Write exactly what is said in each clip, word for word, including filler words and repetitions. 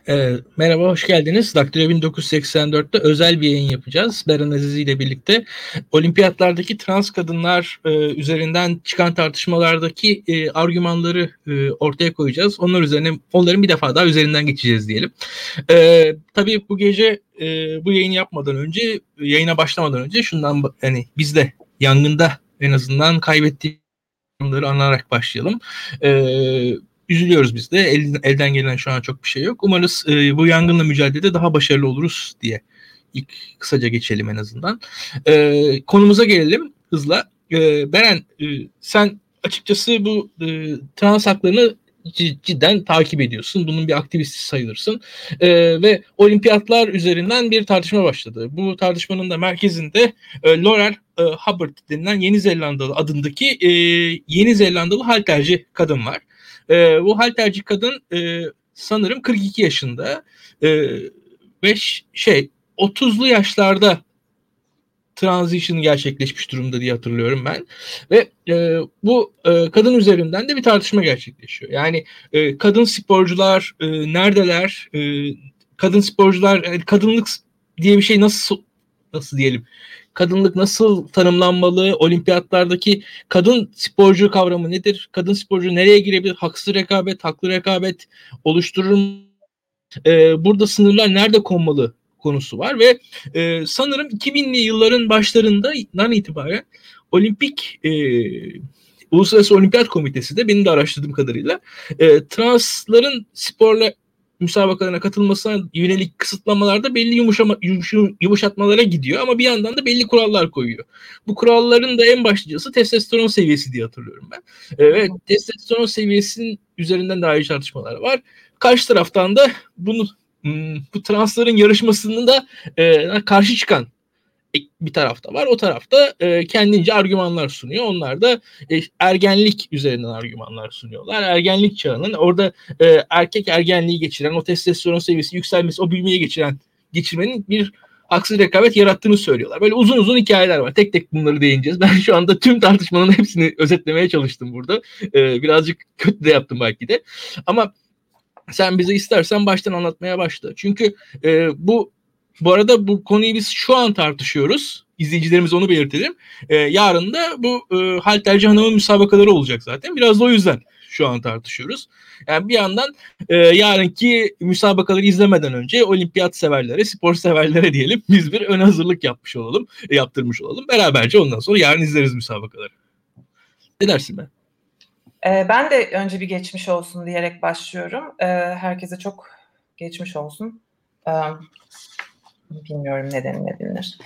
Ee, merhaba, hoş geldiniz. Daktilo bin dokuz yüz seksen dörtte özel bir yayın yapacağız. Beren Azizi ile birlikte olimpiyatlardaki trans kadınlar e, üzerinden çıkan tartışmalardaki e, argümanları e, ortaya koyacağız. Onlar üzerine, onların bir defa daha üzerinden geçeceğiz diyelim. E, tabii bu gece e, bu yayını yapmadan önce, yayına başlamadan önce şundan, hani biz de yangında en azından kaybettiğimleri anarak başlayalım. Eee Üzülüyoruz biz de. El, elden gelen şu an çok bir şey yok. Umarız e, bu yangınla mücadelede daha başarılı oluruz diye ilk kısaca geçelim en azından. E, konumuza gelelim hızla. E, Beren, e, sen açıkçası bu e, trans haklarını cidden takip ediyorsun. Bunun bir aktivisti sayılırsın. E, ve olimpiyatlar üzerinden bir tartışma başladı. Bu tartışmanın da merkezinde e, Laurel e, Hubbard denilen Yeni Zelandalı adındaki e, Yeni Zelandalı halterci kadın var. E, bu halterci kadın e, sanırım kırk iki yaşında e, ve şey otuzlu yaşlarda transition gerçekleşmiş durumda diye hatırlıyorum ben. Ve e, bu e, kadın üzerinden de bir tartışma gerçekleşiyor. Yani e, kadın sporcular e, neredeler? E, kadın sporcular, yani kadınlık diye bir şey nasıl nasıl diyelim? Kadınlık nasıl tanımlanmalı? Olimpiyatlardaki kadın sporcu kavramı nedir? Kadın sporcu nereye girebilir? Haksız rekabet, haklı rekabet oluşturur mu? Ee, burada sınırlar nerede konmalı konusu var ve e, sanırım iki binli yılların başlarından itibaren Olimpik e, Uluslararası Olimpiyat Komitesi de benim de araştırdığım kadarıyla e, transların sporla müsabakalarına katılmasına yönelik kısıtlamalarda belli yumuşama, yumuşatmalara gidiyor ama bir yandan da belli kurallar koyuyor. Bu kuralların da en başlıcası testosteron seviyesi diye hatırlıyorum ben. E, ve testosteron seviyesinin üzerinden de ayrı tartışmalar var. Karşı taraftan da bunu bu transların yarışmasının da e, karşı çıkan bir tarafta var. O tarafta e, kendince argümanlar sunuyor. Onlar da e, ergenlik üzerinden argümanlar sunuyorlar. Ergenlik çağının orada e, erkek ergenliği geçiren, o testosteron seviyesi yükselmesi, o büyümeye geçiren geçirmenin bir haksız rekabet yarattığını söylüyorlar. Böyle uzun uzun hikayeler var. Tek tek bunları değineceğiz. Ben şu anda tüm tartışmanın hepsini özetlemeye çalıştım burada. E, birazcık kötü de yaptım belki de. Ama sen bize istersen baştan anlatmaya başla. Çünkü e, bu bu arada bu konuyu biz şu an tartışıyoruz. İzleyicilerimiz onu belirtelim. E, yarın da bu e, halterci hanımın müsabakaları olacak zaten. Biraz da o yüzden şu an tartışıyoruz. Yani bir yandan e, yarınki müsabakaları izlemeden önce olimpiyat severlere, spor severlere diyelim biz bir ön hazırlık yapmış olalım, yaptırmış olalım. Beraberce ondan sonra yarın izleriz müsabakaları. Ne dersin ben? Ben de önce bir geçmiş olsun diyerek başlıyorum. Herkese çok geçmiş olsun. Bilmiyorum ne denilebilir.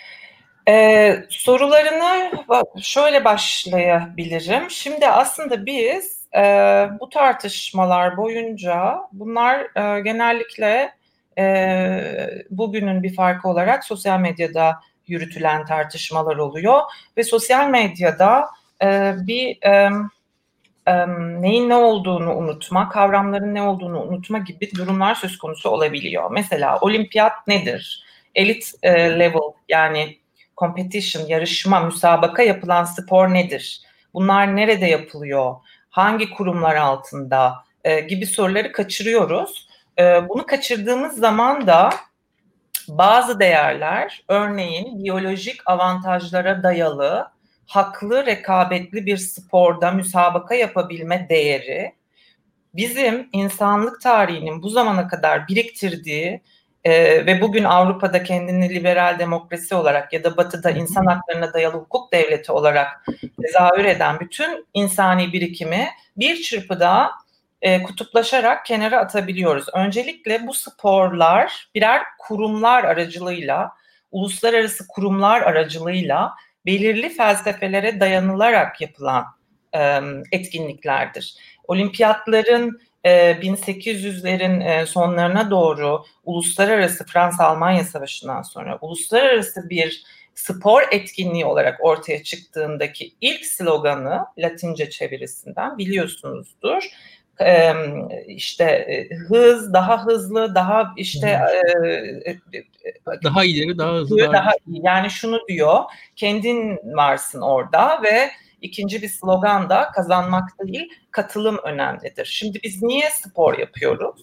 Sorularını şöyle başlayabilirim. Şimdi aslında biz bu tartışmalar boyunca bunlar genellikle bugünün bir farkı olarak sosyal medyada yürütülen tartışmalar oluyor. Ve sosyal medyada bir... neyin ne olduğunu unutma, kavramların ne olduğunu unutma gibi durumlar söz konusu olabiliyor. Mesela olimpiyat nedir? Elite level yani competition, yarışma, müsabaka yapılan spor nedir? Bunlar nerede yapılıyor? Hangi kurumlar altında? Gibi soruları kaçırıyoruz. Bunu kaçırdığımız zaman da bazı değerler, örneğin biyolojik avantajlara dayalı haklı, rekabetli bir sporda müsabaka yapabilme değeri bizim insanlık tarihinin bu zamana kadar biriktirdiği e, ve bugün Avrupa'da kendini liberal demokrasi olarak ya da Batı'da insan haklarına dayalı hukuk devleti olarak tezahür eden bütün insani birikimi bir çırpıda e, kutuplaşarak kenara atabiliyoruz. Öncelikle bu sporlar birer kurumlar aracılığıyla, uluslararası kurumlar aracılığıyla belirli felsefelere dayanılarak yapılan e, etkinliklerdir. Olimpiyatların e, bin sekiz yüzlerin e, sonlarına doğru uluslararası Fransa-Almanya Savaşı'ndan sonra uluslararası bir spor etkinliği olarak ortaya çıktığındaki ilk sloganı Latince çevirisinden biliyorsunuzdur. Ee, işte e, hız, daha hızlı, daha işte e, e, daha ileri, daha hızlı, daha, daha iyi. Yani şunu diyor, kendin varsın orada ve ikinci bir slogan da kazanmak değil, katılım önemlidir. Şimdi biz niye spor yapıyoruz?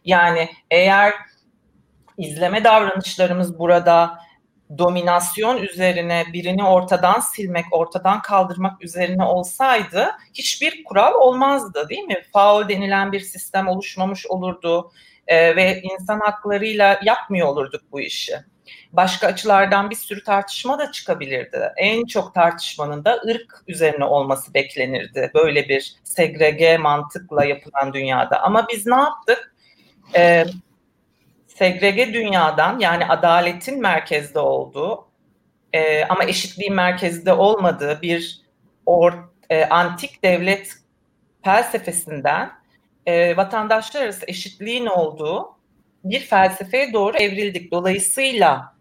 Yani eğer izleme davranışlarımız burada dominasyon üzerine, birini ortadan silmek, ortadan kaldırmak üzerine olsaydı hiçbir kural olmazdı, değil mi? Faul denilen bir sistem oluşmamış olurdu e, ve insan haklarıyla yapmıyor olurduk bu işi. Başka açılardan bir sürü tartışma da çıkabilirdi. En çok tartışmanın da ırk üzerine olması beklenirdi. Böyle bir segrege mantıkla yapılan dünyada. Ama biz ne yaptık? Ee, segrege dünyadan, yani adaletin merkezde olduğu e, ama eşitliğin merkezde olmadığı bir or, e, antik devlet felsefesinden e, vatandaşlar arası eşitliğin olduğu bir felsefeye doğru evrildik. Dolayısıyla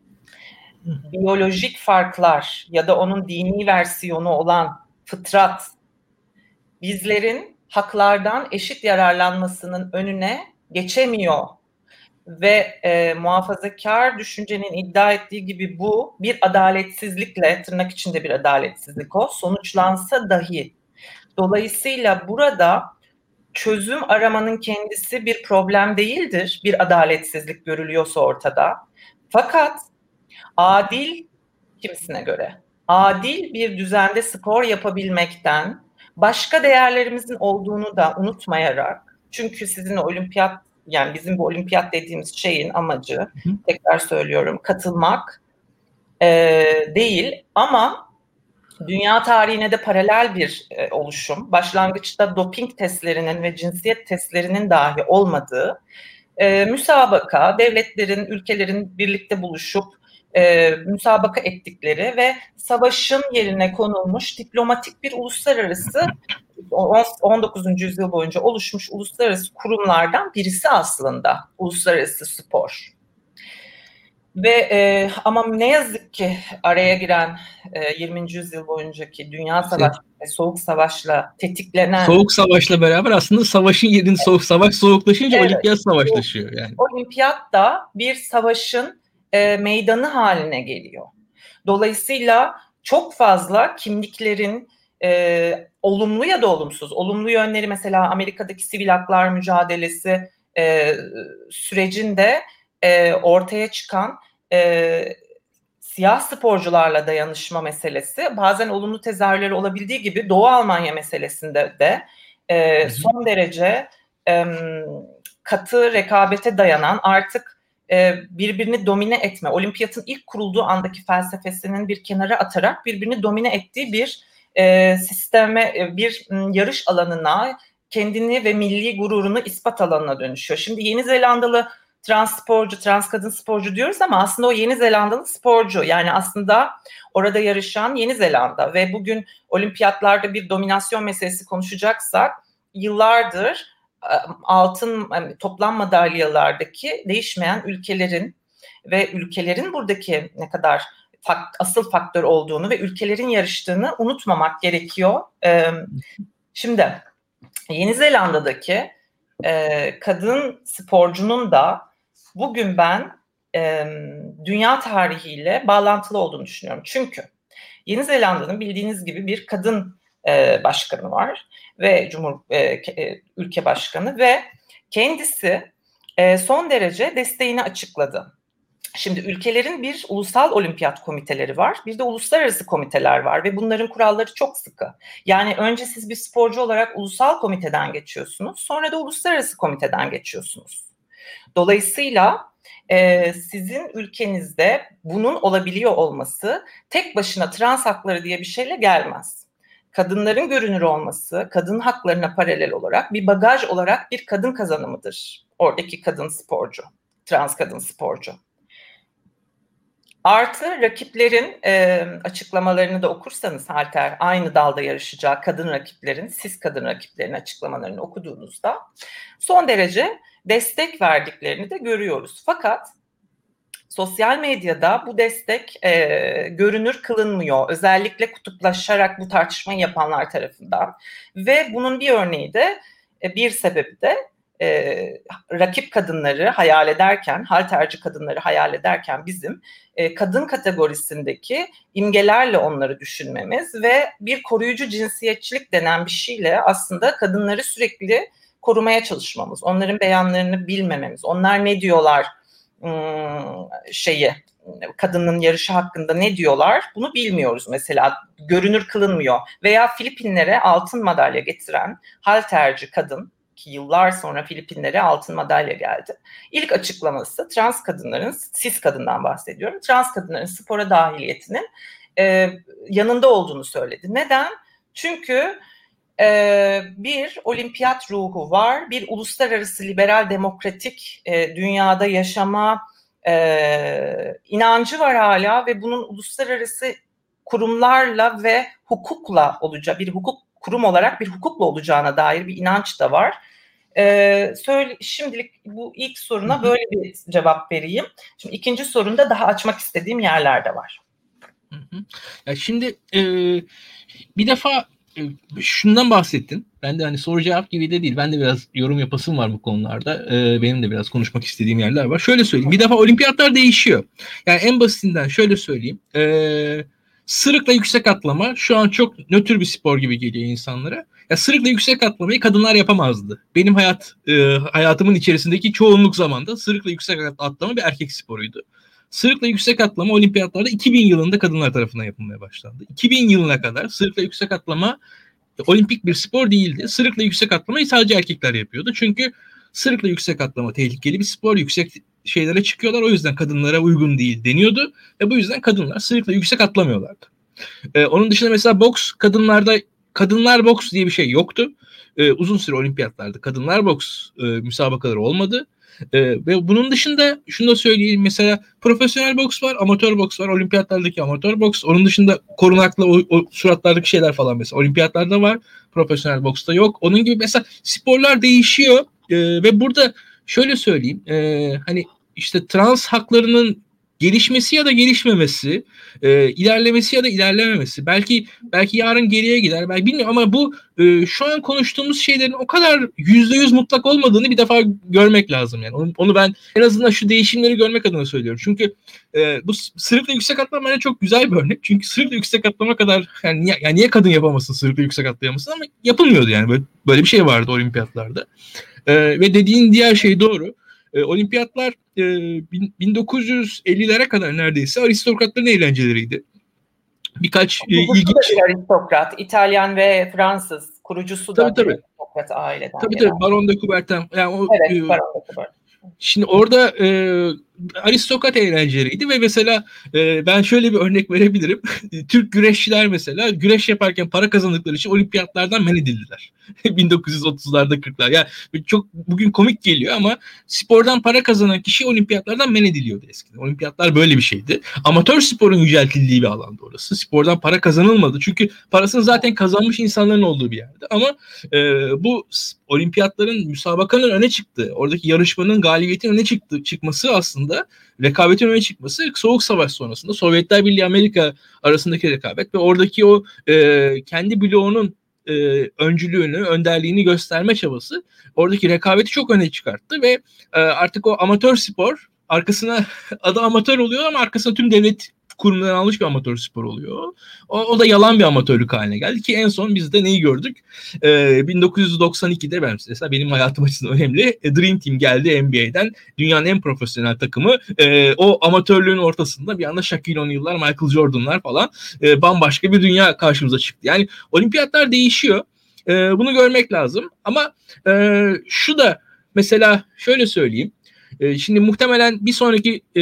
biyolojik farklar ya da onun dini versiyonu olan fıtrat bizlerin haklardan eşit yararlanmasının önüne geçemiyor ve e, muhafazakar düşüncenin iddia ettiği gibi bu bir adaletsizlikle, tırnak içinde bir adaletsizlik o, sonuçlansa dahi. Dolayısıyla burada çözüm aramanın kendisi bir problem değildir, bir adaletsizlik görülüyorsa ortada. Fakat adil, kimisine göre adil bir düzende spor yapabilmekten başka değerlerimizin olduğunu da unutmayarak, çünkü sizin olimpiyat, yani bizim bu olimpiyat dediğimiz şeyin amacı, hı hı. tekrar söylüyorum, katılmak e, değil ama dünya tarihine de paralel bir e, oluşum. Başlangıçta doping testlerinin ve cinsiyet testlerinin dahi olmadığı e, müsabaka, devletlerin, ülkelerin birlikte buluşup e, müsabaka ettikleri ve savaşın yerine konulmuş diplomatik bir uluslararası, on dokuzuncu yüzyıl boyunca oluşmuş uluslararası kurumlardan birisi aslında uluslararası spor. Ve e, ama ne yazık ki araya giren e, yirminci yüzyıl boyuncaki dünya savaşı ve soğuk savaşla tetiklenen... Soğuk savaşla beraber aslında savaşın yerini, soğuk savaş soğuklaşınca evet, olimpiyat savaşlaşıyor yani. Olimpiyat da bir savaşın e, meydanı haline geliyor. Dolayısıyla çok fazla kimliklerin e, olumlu ya da olumsuz, olumlu yönleri, mesela Amerika'daki sivil haklar mücadelesi e, sürecinde e, ortaya çıkan e, siyah sporcularla dayanışma meselesi, bazen olumlu tezahürleri olabildiği gibi Doğu Almanya meselesinde de e, son derece e, katı rekabete dayanan, artık e, birbirini domine etme, olimpiyatın ilk kurulduğu andaki felsefesinin bir kenara atarak birbirini domine ettiği bir e, sisteme, bir yarış alanına, kendini ve milli gururunu ispat alanına dönüşüyor. Şimdi Yeni Zelandalı trans sporcu, trans kadın sporcu diyoruz ama aslında o Yeni Zelandalı sporcu. Yani aslında orada yarışan Yeni Zelanda ve bugün olimpiyatlarda bir dominasyon meselesi konuşacaksak, yıllardır altın toplam madalyalardaki değişmeyen ülkelerin ve ülkelerin buradaki ne kadar asıl faktör olduğunu ve ülkelerin yarıştığını unutmamak gerekiyor. Şimdi Yeni Zelanda'daki kadın sporcunun da bugün ben e, dünya tarihiyle bağlantılı olduğunu düşünüyorum. Çünkü Yeni Zelanda'nın bildiğiniz gibi bir kadın e, başkanı var ve Cumhur e, e, ülke başkanı ve kendisi e, son derece desteğini açıkladı. Şimdi ülkelerin bir ulusal olimpiyat komiteleri var, bir de uluslararası komiteler var ve bunların kuralları çok sıkı. Yani önce siz bir sporcu olarak ulusal komiteden geçiyorsunuz, sonra da uluslararası komiteden geçiyorsunuz. Dolayısıyla e, sizin ülkenizde bunun olabiliyor olması tek başına trans hakları diye bir şeyle gelmez. Kadınların görünür olması, kadın haklarına paralel olarak bir bagaj olarak bir kadın kazanımıdır. Oradaki kadın sporcu, trans kadın sporcu. Artı rakiplerin e, açıklamalarını da okursanız, halter aynı dalda yarışacağı kadın rakiplerin, siz kadın rakiplerin açıklamalarını okuduğunuzda son derece destek verdiklerini de görüyoruz. Fakat sosyal medyada bu destek e, görünür kılınmıyor. Özellikle kutuplaşarak bu tartışmayı yapanlar tarafından. Ve bunun bir örneği de, e, bir sebebi de e, rakip kadınları hayal ederken, halterci kadınları hayal ederken bizim e, kadın kategorisindeki imgelerle onları düşünmemiz ve bir koruyucu cinsiyetçilik denen bir şeyle aslında kadınları sürekli korumaya çalışmamız, onların beyanlarını bilmememiz, onlar ne diyorlar şeyi, kadının yarışı hakkında ne diyorlar bunu bilmiyoruz mesela, görünür kılınmıyor. Veya Filipinlere altın madalya getiren halterci kadın, ki yıllar sonra Filipinlere altın madalya geldi. İlk açıklaması trans kadınların, cis kadından bahsediyorum, trans kadınların spora dahiliyetinin e, yanında olduğunu söyledi. Neden? Çünkü e, bir olimpiyat ruhu var, bir uluslararası liberal demokratik e, dünyada yaşama e, inancı var hala ve bunun uluslararası kurumlarla ve hukukla olacağı, bir hukuk kurum olarak bir hukukla olacağına dair bir inanç da var. Ee, söyle, şimdilik bu ilk soruna böyle bir cevap vereyim. Şimdi ikinci sorunda daha açmak istediğim yerler de var. Hı hı. Ya şimdi e, bir defa e, şundan bahsettin. Ben de hani soru cevap gibi de değil. Ben de biraz yorum yapasım var bu konularda. E, benim de biraz konuşmak istediğim yerler var. Şöyle söyleyeyim. Bir defa olimpiyatlar değişiyor. Yani en basitinden şöyle söyleyeyim. Eee Sırıkla yüksek atlama şu an çok nötr bir spor gibi geliyor insanlara. Ya sırıkla yüksek atlamayı kadınlar yapamazdı. Benim hayat e, hayatımın içerisindeki çoğunluk zamanda sırıkla yüksek atlama bir erkek sporuydu. Sırıkla yüksek atlama olimpiyatlarda iki bin yılında kadınlar tarafından yapılmaya başlandı. iki bin yılına kadar sırıkla yüksek atlama e, olimpik bir spor değildi. Sırıkla yüksek atlamayı sadece erkekler yapıyordu. Çünkü sırıkla yüksek atlama tehlikeli bir spor. Yüksek şeylere çıkıyorlar. O yüzden kadınlara uygun değil deniyordu. Ve bu yüzden kadınlar sırıkla yüksek atlamıyorlardı. Ee, onun dışında mesela boks, kadınlarda kadınlar boks diye bir şey yoktu. Ee, uzun süre olimpiyatlarda kadınlar boks e, müsabakaları olmadı. Ee, ve bunun dışında şunu da söyleyeyim, mesela profesyonel boks var, amatör boks var, olimpiyatlardaki amatör boks. Onun dışında korunaklı o, o suratlardaki şeyler falan mesela olimpiyatlarda var, profesyonel boksta yok. Onun gibi mesela sporlar değişiyor ee, ve burada şöyle söyleyeyim, e, hani işte trans haklarının gelişmesi ya da gelişmemesi, e, ilerlemesi ya da ilerlememesi, belki belki yarın geriye gider, belki bilmiyorum, ama bu e, şu an konuştuğumuz şeylerin o kadar yüzde yüz mutlak olmadığını bir defa görmek lazım yani. Onu, onu ben en azından şu değişimleri görmek adına söylüyorum. Çünkü e, bu sırıkla yüksek atlama bence çok güzel bir örnek. Çünkü sırıkla yüksek atlama kadar yani niye, yani niye kadın yapamasın, sırıkla yüksek atlayamasın, ama yapılmıyordu yani. Böyle, böyle bir şey vardı olimpiyatlarda. E, ve dediğin diğer şey doğru. E, olimpiyatlar e, bin dokuz yüz ellilere kadar neredeyse aristokratların eğlenceleriydi. Birkaç e, ilginç... bir aristokrat, İtalyan ve Fransız kurucusu tabii, da tabii. bir aristokrat aileden. Tabii tabii, Baron de Coubertin. Yani o, evet, e, Baron de Coubertin. Şimdi orada e, aristokrat eğlenceleriydi ve mesela e, ben şöyle bir örnek verebilirim. Türk güreşçiler mesela güreş yaparken para kazandıkları için olimpiyatlardan men edildiler. bin dokuz yüz otuzlarda kırklar. Yani çok bugün komik geliyor ama spordan para kazanan kişi olimpiyatlardan men ediliyordu eskiden. Olimpiyatlar böyle bir şeydi. Amatör sporun yüceltildiği bir alandı orası. Spordan para kazanılmadı. Çünkü parasını zaten kazanmış insanların olduğu bir yerdi. Ama e, bu olimpiyatların, müsabakanın öne çıktığı, oradaki yarışmanın galibiyetin öne çıktı, çıkması aslında, rekabetin öne çıkması Soğuk Savaş sonrasında Sovyetler Birliği Amerika arasındaki rekabet ve oradaki o e, kendi bloğunun e, öncülüğünü, önderliğini gösterme çabası oradaki rekabeti çok öne çıkarttı ve e, artık o amatör spor arkasına adı amatör oluyor ama arkasına tüm devlet kurumdan almış bir amatör spor oluyor. O, o da yalan bir amatörlük haline geldi ki en son biz de neyi gördük? Ee, bin dokuz yüz doksan ikide ben mesela benim hayatım açısından önemli. Dream Team geldi N B A'den. Dünyanın en profesyonel takımı. Ee, o amatörlüğün ortasında bir anda Shaquille O'Neal'lar, Michael Jordan'lar falan e, bambaşka bir dünya karşımıza çıktı. Yani olimpiyatlar değişiyor. E, bunu görmek lazım. Ama e, şu da mesela şöyle söyleyeyim. E, şimdi muhtemelen bir sonraki e,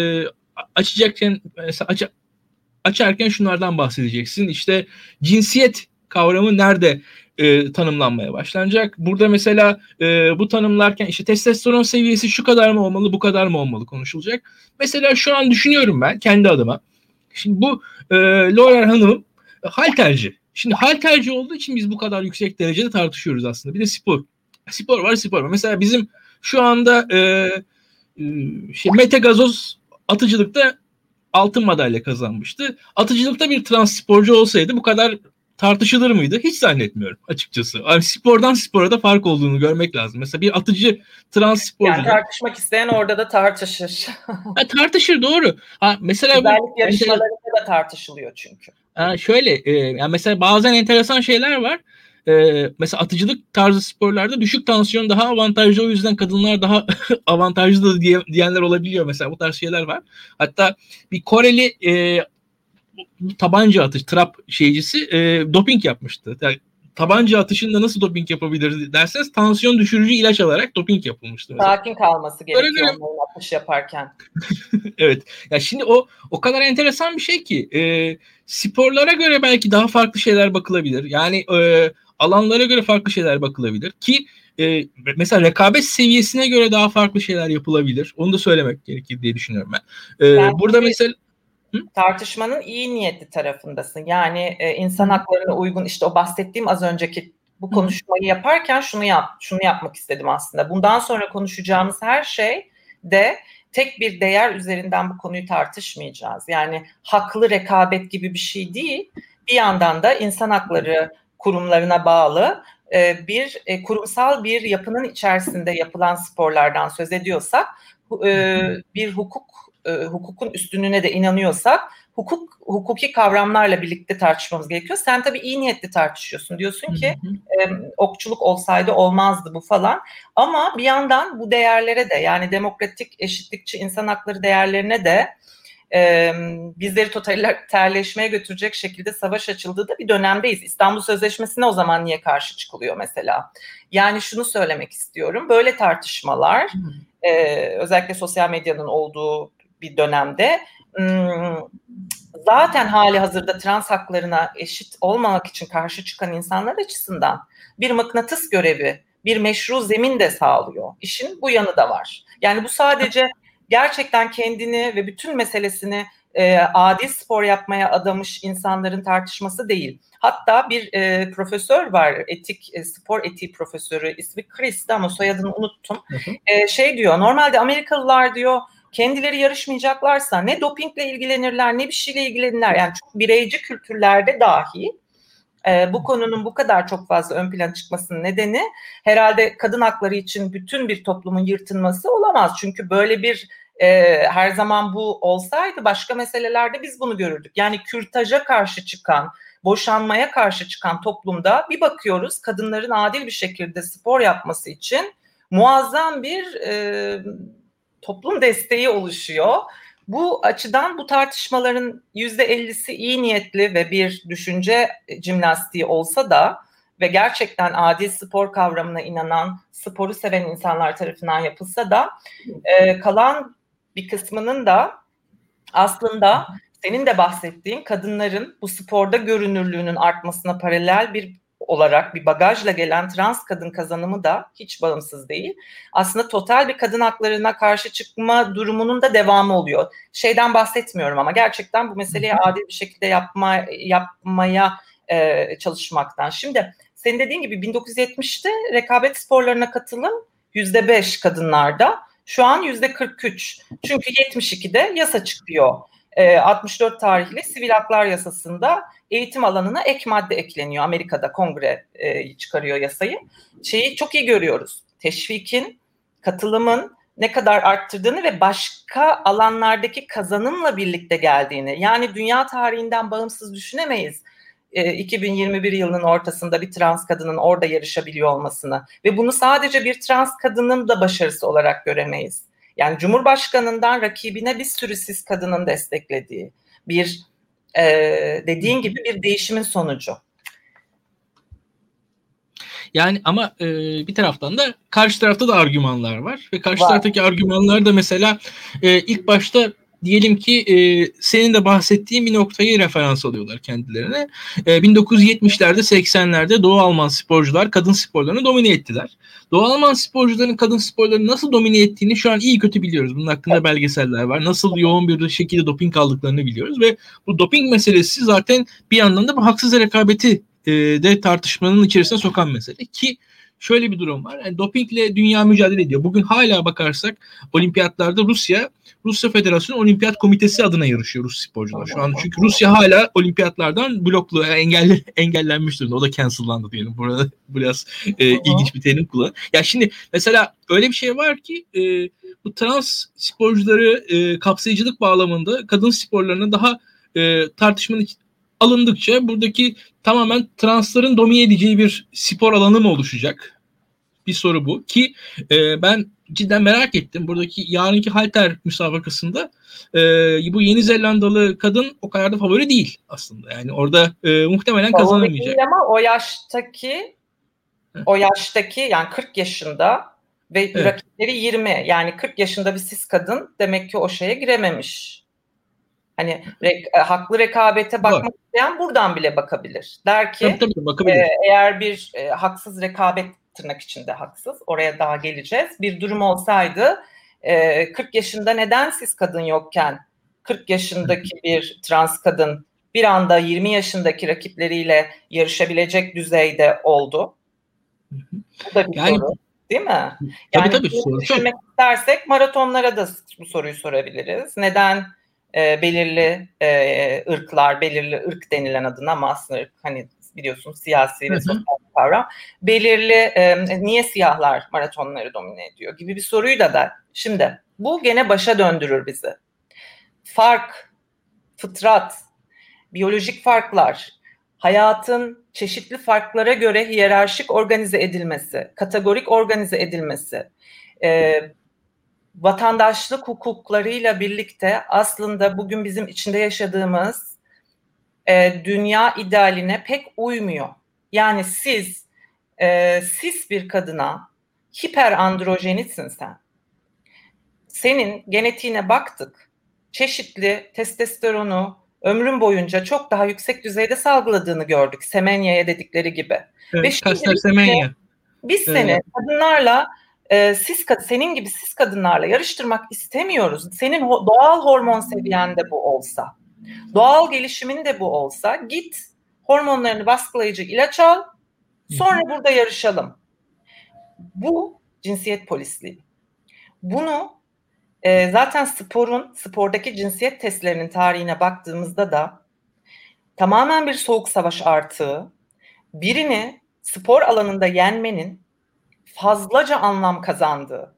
açacakken mesela aç, açarken şunlardan bahsedeceksin. İşte cinsiyet kavramı nerede e, tanımlanmaya başlanacak? Burada mesela e, bu tanımlarken işte testosteron seviyesi şu kadar mı olmalı, bu kadar mı olmalı konuşulacak. Mesela şu an düşünüyorum ben kendi adıma. Şimdi bu e, Laura Hanım e, halterci. Şimdi halterci olduğu için biz bu kadar yüksek derecede tartışıyoruz aslında. Bir de spor. Spor var, spor var. Mesela bizim şu anda e, e, şey, Mete Gazoz atıcılıkta altın madalya kazanmıştı. Atıcılıkta bir trans sporcu olsaydı bu kadar tartışılır mıydı? Hiç zannetmiyorum açıkçası. Yani spordan spora da fark olduğunu görmek lazım. Mesela bir atıcı trans sporcu. Yani tartışmak isteyen orada da tartışır. Ha, tartışır, doğru. Ha, mesela güzellik bu yarışmalarında da tartışılıyor çünkü. Ha, şöyle e, yani mesela bazen enteresan şeyler var. e, mesela atıcılık tarzı sporlarda düşük tansiyon daha avantajlı, o yüzden kadınlar daha avantajlı diye, diyenler olabiliyor. Mesela bu tarz şeyler var. Hatta bir Koreli e, tabanca atış, trap şeycisi e, doping yapmıştı. Yani, tabanca atışında nasıl doping yapabilir derseniz tansiyon düşürücü ilaç alarak doping yapılmıştı mesela. Sakin kalması gerekiyor onların atış yaparken. Evet. Ya şimdi o o kadar enteresan bir şey ki e, sporlara göre belki daha farklı şeyler bakılabilir. Yani e, alanlara göre farklı şeyler bakılabilir ki e, mesela rekabet seviyesine göre daha farklı şeyler yapılabilir. Onu da söylemek gerekir diye düşünüyorum ben. E, Yani burada mesela Hı? Tartışmanın iyi niyetli tarafındasın. Yani e, insan Hı. haklarına uygun, işte o bahsettiğim az önceki bu konuşmayı Hı. yaparken şunu yap, şunu yapmak istedim aslında. Bundan sonra konuşacağımız her şey de tek bir değer üzerinden bu konuyu tartışmayacağız. Yani haklı rekabet gibi bir şey değil. Bir yandan da insan hakları kurumlarına bağlı e, bir e, kurumsal bir yapının içerisinde yapılan sporlardan söz ediyorsak e, bir hukuk E, hukukun üstünlüğüne de inanıyorsak hukuk hukuki kavramlarla birlikte tartışmamız gerekiyor. Sen tabii iyi niyetli tartışıyorsun. Diyorsun ki e, okçuluk olsaydı olmazdı bu falan. Ama bir yandan bu değerlere de, yani demokratik, eşitlikçi insan hakları değerlerine de e, bizleri totaliterleşmeye götürecek şekilde savaş açıldığı da bir dönemdeyiz. İstanbul Sözleşmesi'ne o zaman niye karşı çıkılıyor mesela? Yani şunu söylemek istiyorum. Böyle tartışmalar e, özellikle sosyal medyanın olduğu bir dönemde zaten hali hazırda trans haklarına eşit olmamak için karşı çıkan insanlar açısından bir mıknatıs görevi, bir meşru zemin de sağlıyor. İşin bu yanı da var. Yani bu sadece gerçekten kendini ve bütün meselesini e, adil spor yapmaya adamış insanların tartışması değil. Hatta bir e, profesör var, etik e, spor etiği profesörü, ismi Chris'ti ama soyadını unuttum. Hı hı. E, şey diyor, normalde Amerikalılar diyor kendileri yarışmayacaklarsa ne dopingle ilgilenirler ne bir şeyle ilgilenirler. Yani çok bireyci kültürlerde dahi e, bu konunun bu kadar çok fazla ön plana çıkmasının nedeni herhalde kadın hakları için bütün bir toplumun yırtılması olamaz. Çünkü böyle bir e, her zaman bu olsaydı başka meselelerde biz bunu görürdük. Yani kürtaja karşı çıkan, boşanmaya karşı çıkan toplumda bir bakıyoruz kadınların adil bir şekilde spor yapması için muazzam bir e, toplum desteği oluşuyor. Bu açıdan bu tartışmaların yüzde ellisi iyi niyetli ve bir düşünce jimnastiği olsa da ve gerçekten adil spor kavramına inanan, sporu seven insanlar tarafından yapılsa da e, kalan bir kısmının da aslında senin de bahsettiğin kadınların bu sporda görünürlüğünün artmasına paralel bir olarak bir bagajla gelen trans kadın kazanımı da hiç bağımsız değil. Aslında total bir kadın haklarına karşı çıkma durumunun da devamı oluyor. Şeyden bahsetmiyorum ama gerçekten bu meseleyi adil bir şekilde yapma, yapmaya e, çalışmaktan. Şimdi senin dediğin gibi bin dokuz yüz yetmişte rekabet sporlarına katılım yüzde beş kadınlarda. Şu an yüzde kırk üç. Çünkü yetmiş ikide yasa çıkıyor. E, altmış dört tarihli Sivil Haklar Yasası'nda eğitim alanına ek madde ekleniyor. Amerika'da kongre e, çıkarıyor yasayı. Şeyi çok iyi görüyoruz. Teşvikin, katılımın ne kadar arttırdığını ve başka alanlardaki kazanımla birlikte geldiğini. Yani dünya tarihinden bağımsız düşünemeyiz. E, iki bin yirmi bir yılının ortasında bir trans kadının orada yarışabiliyor olmasını ve bunu sadece bir trans kadının da başarısı olarak göremeyiz. Yani Cumhurbaşkanından rakibine bir sürü cis kadının desteklediği bir e, dediğin gibi bir değişimin sonucu. Yani ama e, bir taraftan da karşı tarafta da argümanlar var ve karşı var. Taraftaki argümanlar da mesela e, ilk başta diyelim ki e, senin de bahsettiğin bir noktayı referans alıyorlar kendilerine. E, bin dokuz yüz yetmişlerde seksenlerde Doğu Alman sporcular kadın sporlarını domine ettiler. Doğu Alman sporcuların kadın sporlarını nasıl domine ettiğini şu an iyi kötü biliyoruz. Bunun hakkında belgeseller var. Nasıl yoğun bir şekilde doping aldıklarını biliyoruz ve bu doping meselesi zaten bir yandan da bu haksız rekabeti e, de tartışmanın içerisine sokan mesele ki şöyle bir durum var. Yani dopingle dünya mücadele ediyor. Bugün hala bakarsak olimpiyatlarda Rusya Rusya Federasyonu Olimpiyat Komitesi adına yarışıyor Rus sporcular. Şu an çünkü Rusya hala olimpiyatlardan bloklu, engelle, engellenmiş durumda. O da cancellandı diyelim. Burada biraz e, ilginç bir terim kullan. Ya şimdi mesela öyle bir şey var ki e, bu trans sporcuları e, kapsayıcılık bağlamında kadın sporlarının daha e, tartışmanın alındıkça buradaki tamamen transların domine edeceği bir spor alanı mı oluşacak? Bir soru bu ki e, ben cidden merak ettim. Buradaki yarınki halter müsabakasında e, bu Yeni Zelandalı kadın o kadar da favori değil aslında. Yani orada e, muhtemelen favori kazanamayacak. Değil ama o yaştaki o yaştaki yani kırk yaşında ve evet. rakipleri yirmi, yani kırk yaşında bir cis kadın demek ki o şeye girememiş. Hani re- haklı rekabete bakmak Doğru. isteyen buradan bile bakabilir. Der ki tabii, tabii, bakabilir. E, eğer bir e, haksız rekabet, tırnak içinde haksız, oraya daha geleceğiz, bir durum olsaydı e, kırk yaşında neden cis kadın yokken kırk yaşındaki bir trans kadın bir anda yirmi yaşındaki rakipleriyle yarışabilecek düzeyde oldu? Bu da bir yani, soru, değil mi? Yani tabii, tabii, düşünmek çok. istersek maratonlara da bu soruyu sorabiliriz. Neden e, belirli e, ırklar, belirli ırk denilen adına ama aslında ırk, hani biliyorsun siyasi ve sosyal bir kavram. Belirli, e, niye siyahlar maratonları domine ediyor gibi bir soruyu da da. Şimdi bu gene başa döndürür bizi. Fark, fıtrat, biyolojik farklar, hayatın çeşitli farklara göre hiyerarşik organize edilmesi, kategorik organize edilmesi, e, vatandaşlık hukuklarıyla birlikte aslında bugün bizim içinde yaşadığımız e, dünya idealine pek uymuyor. Yani siz, e, siz bir kadına hiper androjenitsin sen. Senin genetiğine baktık, çeşitli testosteronu ömrün boyunca çok daha yüksek düzeyde salgıladığını gördük. Semenya dedikleri gibi. Evet, ve şimdi biz, sene, biz seni evet. kadınlarla, e, siz, senin gibi siz kadınlarla yarıştırmak istemiyoruz. Senin ho- doğal hormon seviyende bu olsa, doğal gelişimin de bu olsa, git hormonlarını baskılayıcı ilaç al, sonra Hı-hı. burada yarışalım. Bu cinsiyet polisliği. Bunu e, zaten sporun, spordaki cinsiyet testlerinin tarihine baktığımızda da tamamen bir soğuk savaş artığı, birini spor alanında yenmenin fazlaca anlam kazandığı,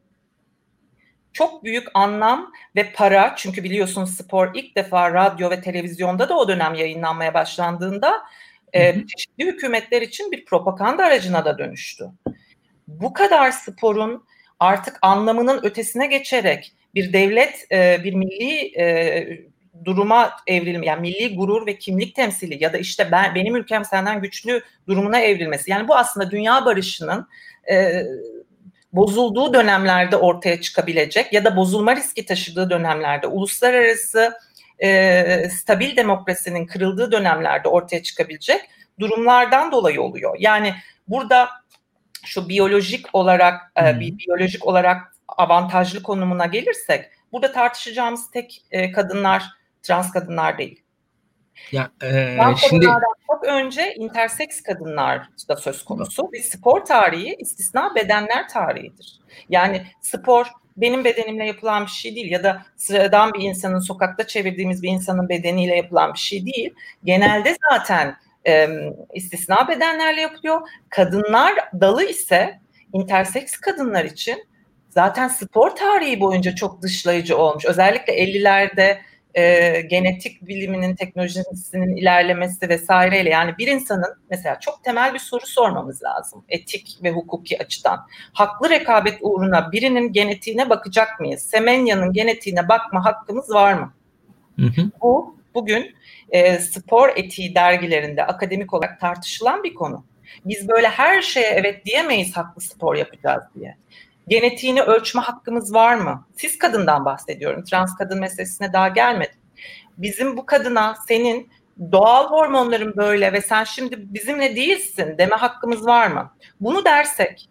çok büyük anlam ve para, çünkü biliyorsun spor ilk defa radyo ve televizyonda da o dönem yayınlanmaya başlandığında e, çeşitli hükümetler için bir propaganda aracına da dönüştü. Bu kadar sporun artık anlamının ötesine geçerek bir devlet, e, bir milli e, duruma evrilme, yani milli gurur ve kimlik temsili ya da işte ben benim ülkem senden güçlü durumuna evrilmesi. Yani bu aslında dünya barışının e, bozulduğu dönemlerde ortaya çıkabilecek ya da bozulma riski taşıdığı dönemlerde, uluslararası e, stabil demokrasinin kırıldığı dönemlerde ortaya çıkabilecek durumlardan dolayı oluyor. Yani burada şu biyolojik olarak e, bir biyolojik olarak avantajlı konumuna gelirsek, burada tartışacağımız tek e, kadınlar trans kadınlar değil. Ya e, trans şimdi kadınlardan çok önce interseks kadınlar da söz konusu ve spor tarihi istisna bedenler tarihidir. Yani spor benim bedenimle yapılan bir şey değil ya da sıradan bir insanın, sokakta çevirdiğimiz bir insanın bedeniyle yapılan bir şey değil. Genelde zaten e, istisna bedenlerle yapılıyor. Kadınlar dalı ise interseks kadınlar için zaten spor tarihi boyunca çok dışlayıcı olmuş. Özellikle ellilerde e, genetik biliminin, teknolojisinin ilerlemesi vesaireyle, yani bir insanın mesela çok temel bir soru sormamız lazım etik ve hukuki açıdan. Haklı rekabet uğruna birinin genetiğine bakacak mıyız? Semenya'nın genetiğine bakma hakkımız var mı? Hı hı. Bu bugün e, spor etiği dergilerinde akademik olarak tartışılan bir konu. Biz böyle her şeye evet diyemeyiz haklı spor yapacağız diye. Genetiğini ölçme hakkımız var mı? Siz kadından bahsediyorum. Trans kadın meselesine daha gelmedim. Bizim bu kadına senin doğal hormonların böyle ve sen şimdi bizimle değilsin deme hakkımız var mı? Bunu dersek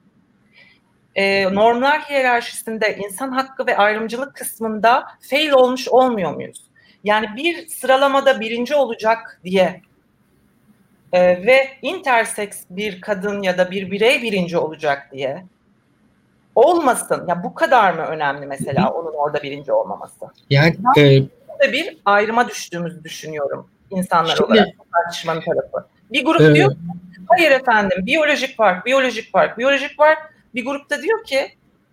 e, normlar hiyerarşisinde insan hakkı ve ayrımcılık kısmında fail olmuş olmuyor muyuz? Yani bir sıralamada birinci olacak diye e, ve interseks bir kadın ya da bir birey birinci olacak diye olmasın. Ya bu kadar mı önemli mesela onun orada birinci olmaması? Yani ben e, burada bir ayrıma düştüğümüzü düşünüyorum insanlar şimdi, olarak, tartışmanın tarafı. Bir grup e, diyor hayır efendim biyolojik fark, biyolojik fark, biyolojik fark. Bir grupta diyor ki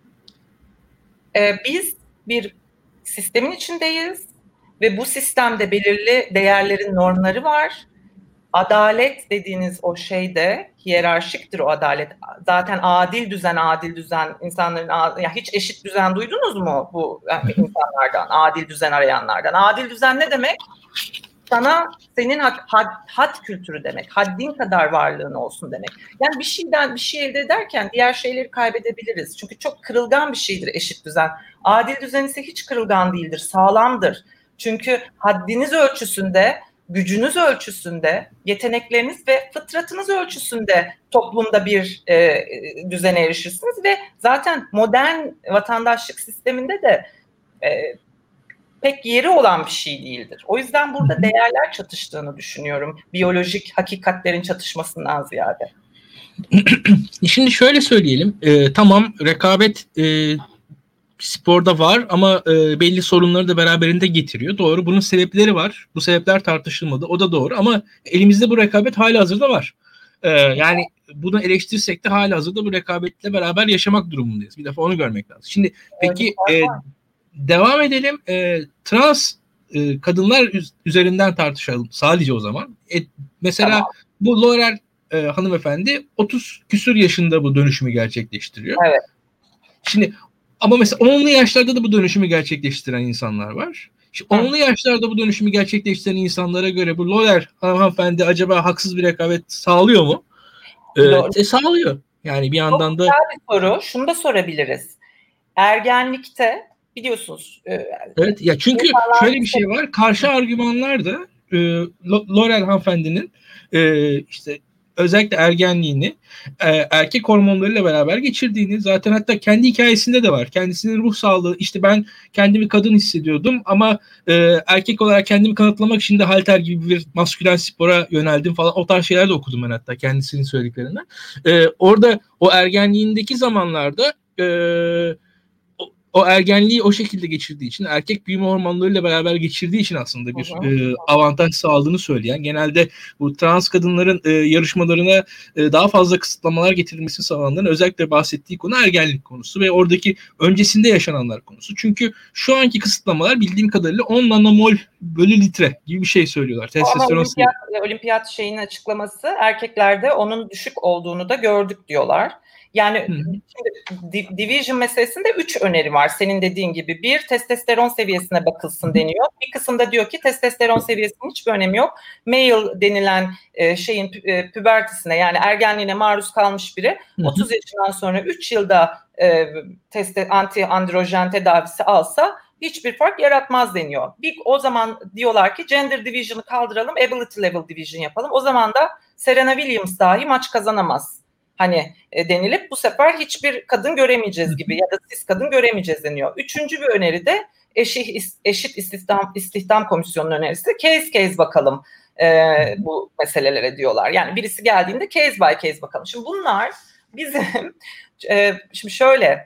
e, biz bir sistemin içindeyiz ve bu sistemde belirli değerlerin normları var adalet dediğiniz o şey de hiyerarşiktir o adalet. Zaten adil düzen, adil düzen insanların ya hiç eşit düzen duydunuz mu bu yani insanlardan, adil düzen arayanlardan? Adil düzen ne demek? Sana senin had, had, had kültürü demek. Haddin kadar varlığın olsun demek. Yani bir şeyden bir şey elde ederken diğer şeyleri kaybedebiliriz. Çünkü çok kırılgan bir şeydir eşit düzen. Adil düzen ise hiç kırılgan değildir, sağlamdır. Çünkü haddiniz ölçüsünde, gücünüz ölçüsünde, yetenekleriniz ve fıtratınız ölçüsünde toplumda bir e, düzene erişirsiniz ve zaten modern vatandaşlık sisteminde de e, pek yeri olan bir şey değildir. O yüzden burada değerler çatıştığını düşünüyorum. Biyolojik hakikatlerin çatışmasından ziyade. Şimdi şöyle söyleyelim. E, tamam rekabet e, sporda var ama e, belli sorunları da beraberinde getiriyor. Doğru. Bunun sebepleri var. Bu sebepler tartışılmadı. O da doğru ama elimizde bu rekabet halihazırda var. E, yani bunu eleştirsek de halihazırda bu rekabetle beraber yaşamak durumundayız. Bir defa onu görmek lazım. Şimdi peki e, devam edelim. E, trans e, kadınlar üzerinden tartışalım sadece o zaman. E, mesela tamam. Bu Laurel e, hanımefendi otuz küsur yaşında bu dönüşümü gerçekleştiriyor. Evet. Şimdi ama mesela onlu yaşlarda da bu dönüşümü gerçekleştiren insanlar var. Şimdi onlu yaşlarda bu dönüşümü gerçekleştiren insanlara göre bu Laurel hanımefendi acaba haksız bir rekabet sağlıyor mu? Ee, e, sağlıyor. Yani bir yandan Çok da... güzel bir soru. Şunu da sorabiliriz. Ergenlikte biliyorsunuz... E, evet ya çünkü şöyle bir şey var. Karşı argümanlar da e, Laurel hanımefendinin e, işte özellikle ergenliğini e, erkek hormonlarıyla beraber geçirdiğini zaten hatta kendi hikayesinde de var. Kendisinin ruh sağlığı işte ben kendimi kadın hissediyordum ama e, erkek olarak kendimi kanıtlamak için de halter gibi bir maskülen spora yöneldim falan. O tarz şeyler de okudum ben hatta kendisinin söylediklerinden. E, orada o ergenliğindeki zamanlarda e, o ergenliği o şekilde geçirdiği için, erkek büyüme hormonlarıyla beraber geçirdiği için aslında bir e, avantaj sağladığını söyleyen, genelde bu trans kadınların e, yarışmalarına e, daha fazla kısıtlamalar getirilmesi sağlananların özellikle bahsettiği konu ergenlik konusu ve oradaki öncesinde yaşananlar konusu. Çünkü şu anki kısıtlamalar bildiğim kadarıyla on nanomol bölü litre gibi bir şey söylüyorlar. Testosteron olimpiyat, olimpiyat şeyinin açıklaması erkeklerde onun düşük olduğunu da gördük diyorlar. Yani şimdi division meselesinde üç öneri var. Senin dediğin gibi bir, testosteron seviyesine bakılsın deniyor. Bir kısımda diyor ki testosteron seviyesinin hiçbir önemi yok. Male denilen e, şeyin e, pübertisine yani ergenliğine maruz kalmış biri hı hı. otuz yaşından sonra üç yılda e, teste, anti-androjen tedavisi alsa hiçbir fark yaratmaz deniyor. Bir, o zaman diyorlar ki gender division'ı kaldıralım, ability level division yapalım. O zaman da Serena Williams dahi maç kazanamaz. Hani e, denilip bu sefer hiçbir kadın göremeyeceğiz gibi ya da cis kadın göremeyeceğiz deniyor. Üçüncü bir öneri de eşit, eşit istihdam, istihdam komisyonunun önerisi. Case case bakalım e, bu meselelere diyorlar. Yani birisi geldiğinde case by case bakalım. Şimdi bunlar bizim e, şimdi şöyle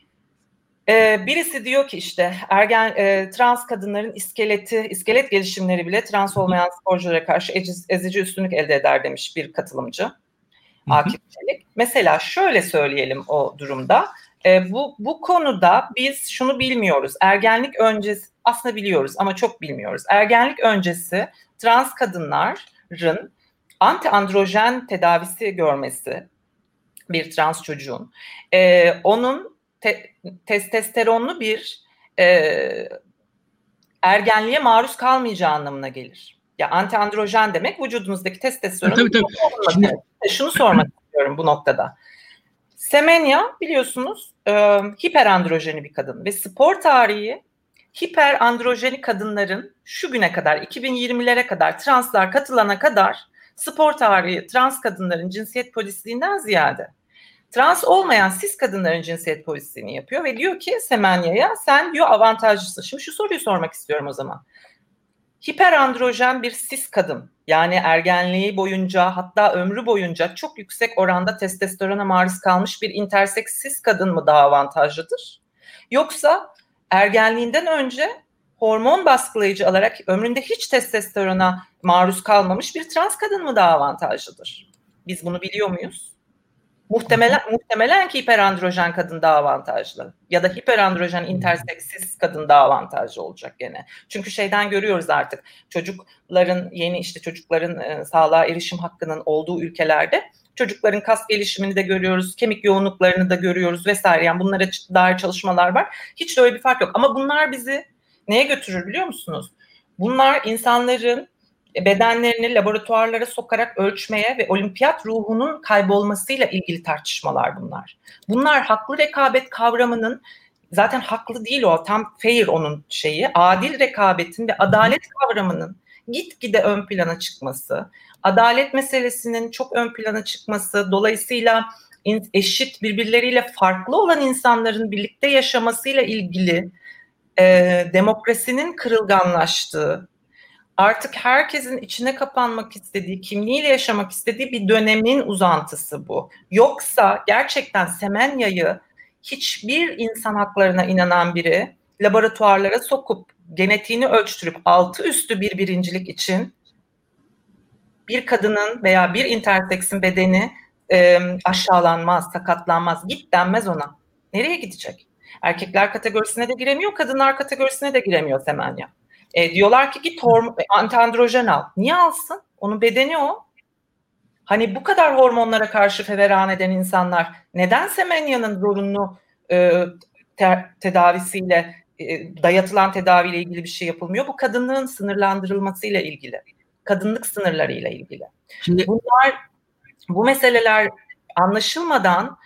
e, birisi diyor ki işte ergen e, trans kadınların iskeleti, iskelet gelişimleri bile trans olmayan sporculara karşı ezici, ezici üstünlük elde eder demiş bir katılımcı. Akif Çelik. Mesela şöyle söyleyelim o durumda. E, bu bu konuda biz şunu bilmiyoruz. Ergenlik öncesi aslında biliyoruz ama çok bilmiyoruz. Ergenlik öncesi trans kadınların anti-androjen tedavisi görmesi bir trans çocuğun e, onun te, testosteronlu bir e, ergenliğe maruz kalmayacağı anlamına gelir. Ya anti-androjen demek vücudunuzdaki testosteron. Tabii tabii. Şimdi... Şunu sormak istiyorum bu noktada. Semenya biliyorsunuz e, hiperandrojeni bir kadın ve spor tarihi hiperandrojeni kadınların şu güne kadar iki bin yirmilere kadar translar katılana kadar spor tarihi trans kadınların cinsiyet polisliğinden ziyade trans olmayan cis kadınların cinsiyet polisliğini yapıyor ve diyor ki Semenya'ya sen diyor avantajlısın. Şimdi şu soruyu sormak istiyorum o zaman. Hiperandrojen bir cis kadın yani ergenliği boyunca hatta ömrü boyunca çok yüksek oranda testosterona maruz kalmış bir interseks cis kadın mı daha avantajlıdır? Yoksa ergenliğinden önce hormon baskılayıcı alarak ömründe hiç testosterona maruz kalmamış bir trans kadın mı daha avantajlıdır? Biz bunu biliyor muyuz? Muhtemelen muhtemelen ki hiperandrojen kadın daha avantajlı ya da hiperandrojen interseksiz kadın daha avantajlı olacak gene. Çünkü şeyden görüyoruz artık çocukların yeni işte çocukların e, sağlığa erişim hakkının olduğu ülkelerde çocukların kas gelişimini de görüyoruz, kemik yoğunluklarını da görüyoruz vesaire. Yani bunlara dair çalışmalar var. Hiç de öyle bir fark yok. Ama bunlar bizi neye götürür biliyor musunuz? Bunlar insanların bedenlerini laboratuvarlara sokarak ölçmeye ve olimpiyat ruhunun kaybolmasıyla ilgili tartışmalar bunlar. Bunlar haklı rekabet kavramının zaten haklı değil o, tam fair onun şeyi, adil rekabetin ve adalet kavramının gitgide ön plana çıkması, adalet meselesinin çok ön plana çıkması, dolayısıyla eşit birbirleriyle farklı olan insanların birlikte yaşamasıyla ilgili e, demokrasinin kırılganlaştığı, artık herkesin içine kapanmak istediği, kimliğiyle yaşamak istediği bir dönemin uzantısı bu. Yoksa gerçekten Semenya'yı hiçbir insan haklarına inanan biri laboratuvarlara sokup genetiğini ölçtürüp altı üstü bir birincilik için bir kadının veya bir interseksin bedeni e, aşağılanmaz, sakatlanmaz, git denmez ona. Nereye gidecek? Erkekler kategorisine de giremiyor, kadınlar kategorisine de giremiyor Semenya. E, diyorlar ki git hormon, antiandrojen al. Niye alsın? Onun bedeni o. Hani bu kadar hormonlara karşı feveran eden insanlar neden Semenya'nın zorunlu e, te- tedavisiyle, e, dayatılan tedaviyle ilgili bir şey yapılmıyor? Bu kadınlığın sınırlandırılmasıyla ilgili. Kadınlık sınırlarıyla ilgili. Şimdi bunlar, bu meseleler anlaşılmadan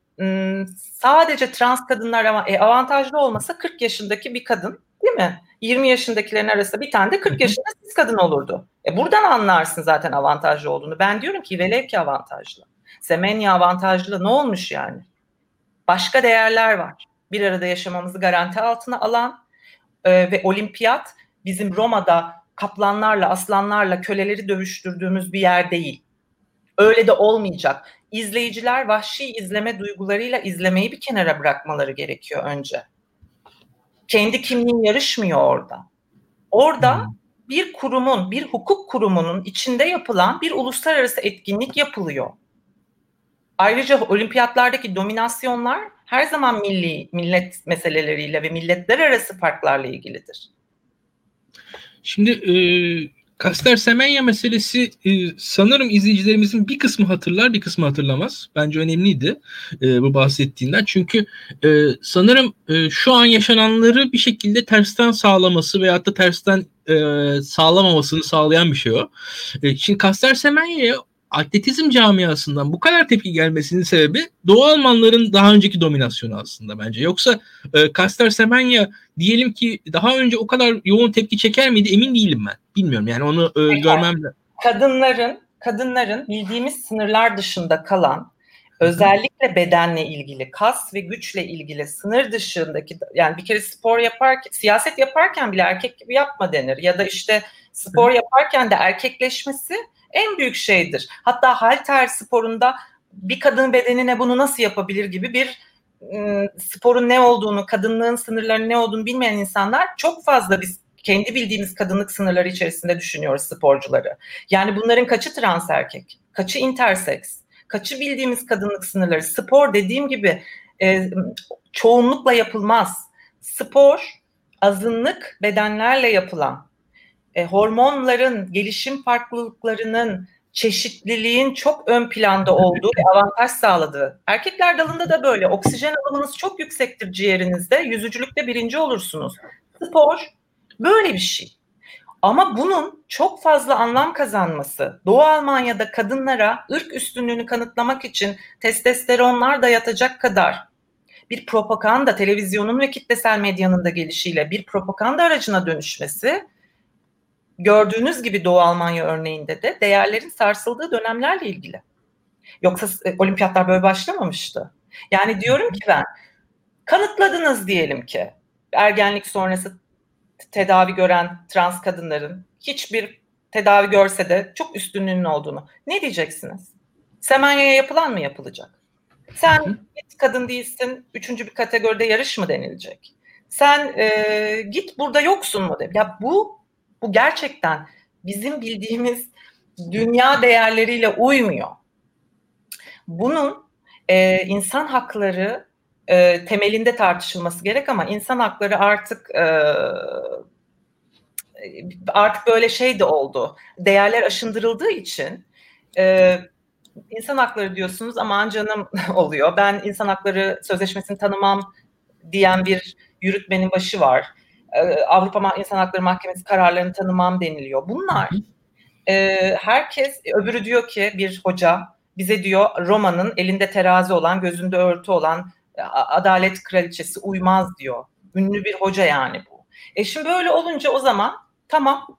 sadece trans kadınlar avantajlı olmasa kırk yaşındaki bir kadın, değil mi? yirmi yaşındakilerin arasında bir tane de kırk yaşında cis kadın olurdu. E buradan anlarsın zaten avantajlı olduğunu. Ben diyorum ki velev ki avantajlı. Semenya avantajlı, ne olmuş yani? Başka değerler var. Bir arada yaşamamızı garanti altına alan e, ve olimpiyat bizim Roma'da kaplanlarla, aslanlarla köleleri dövüştürdüğümüz bir yer değil. Öyle de olmayacak. İzleyiciler vahşi izleme duygularıyla izlemeyi bir kenara bırakmaları gerekiyor önce. Kendi kimliğin yarışmıyor orada. Orada hmm. bir kurumun, bir hukuk kurumunun içinde yapılan bir uluslararası etkinlik yapılıyor. Ayrıca olimpiyatlardaki dominasyonlar her zaman milli, millet meseleleriyle ve milletler arası farklarla ilgilidir. Şimdi e, Caster Semenya meselesi e, sanırım izleyicilerimizin bir kısmı hatırlar, bir kısmı hatırlamaz. Bence önemliydi e, bu bahsettiğinden. Çünkü e, sanırım e, şu an yaşananları bir şekilde tersten sağlaması veyahut da tersten e, sağlamamasını sağlayan bir şey o. E, şimdi Caster Semenya'ya atletizm camiasından bu kadar tepki gelmesinin sebebi Doğu Almanların daha önceki dominasyonu aslında bence. Yoksa e, Caster Semenya diyelim ki daha önce o kadar yoğun tepki çeker miydi emin değilim ben. Bilmiyorum yani onu e, görmem lazım. Kadınların, kadınların bildiğimiz sınırlar dışında kalan, özellikle bedenle ilgili, kas ve güçle ilgili sınır dışındaki, yani bir kere spor yaparken, siyaset yaparken bile erkek gibi yapma denir. Ya da işte spor yaparken de erkekleşmesi en büyük şeydir. Hatta halter sporunda bir kadın bedenine bunu nasıl yapabilir gibi bir ıı, sporun ne olduğunu, kadınlığın sınırlarının ne olduğunu bilmeyen insanlar çok fazla biz kendi bildiğimiz kadınlık sınırları içerisinde düşünüyoruz sporcuları. Yani bunların kaçı trans erkek, kaçı interseks, kaçı bildiğimiz kadınlık sınırları. Spor dediğim gibi e, çoğunlukla yapılmaz. Spor azınlık bedenlerle yapılan, e, hormonların, gelişim farklılıklarının, çeşitliliğin çok ön planda olduğu ve avantaj sağladığı. Erkekler dalında da böyle. Oksijen alımınız çok yüksektir ciğerinizde. Yüzücülükte birinci olursunuz. Spor böyle bir şey. Ama bunun çok fazla anlam kazanması, Doğu Almanya'da kadınlara ırk üstünlüğünü kanıtlamak için testosteronlar dayatacak kadar bir propaganda, televizyonun ve kitlesel medyanın da gelişiyle bir propaganda aracına dönüşmesi, gördüğünüz gibi Doğu Almanya örneğinde de değerlerin sarsıldığı dönemlerle ilgili. Yoksa e, olimpiyatlar böyle başlamamıştı. Yani diyorum ki ben, kanıtladınız diyelim ki ergenlik sonrası tedavi gören trans kadınların hiçbir tedavi görse de çok üstünlüğünün olduğunu. Ne diyeceksiniz? Semenya'ya yapılan mı yapılacak? Sen git kadın değilsin, üçüncü bir kategoride yarış mı denilecek? Sen e, git burada yoksun mu? Ya bu, bu gerçekten bizim bildiğimiz dünya değerleriyle uymuyor. Bunun e, insan hakları e, temelinde tartışılması gerek ama insan hakları artık e, artık böyle şey de oldu. Değerler aşındırıldığı için e, insan hakları diyorsunuz aman canım oluyor. Ben insan hakları sözleşmesini tanımam diyen bir yürütmenin başı var. E, Avrupa İnsan Hakları Mahkemesi kararlarını tanımam deniliyor. Bunlar e, herkes, öbürü diyor ki bir hoca bize diyor Roma'nın elinde terazi olan, gözünde örtü olan adalet kraliçesi uymaz diyor. Ünlü bir hoca yani bu. E şimdi böyle olunca o zaman tamam,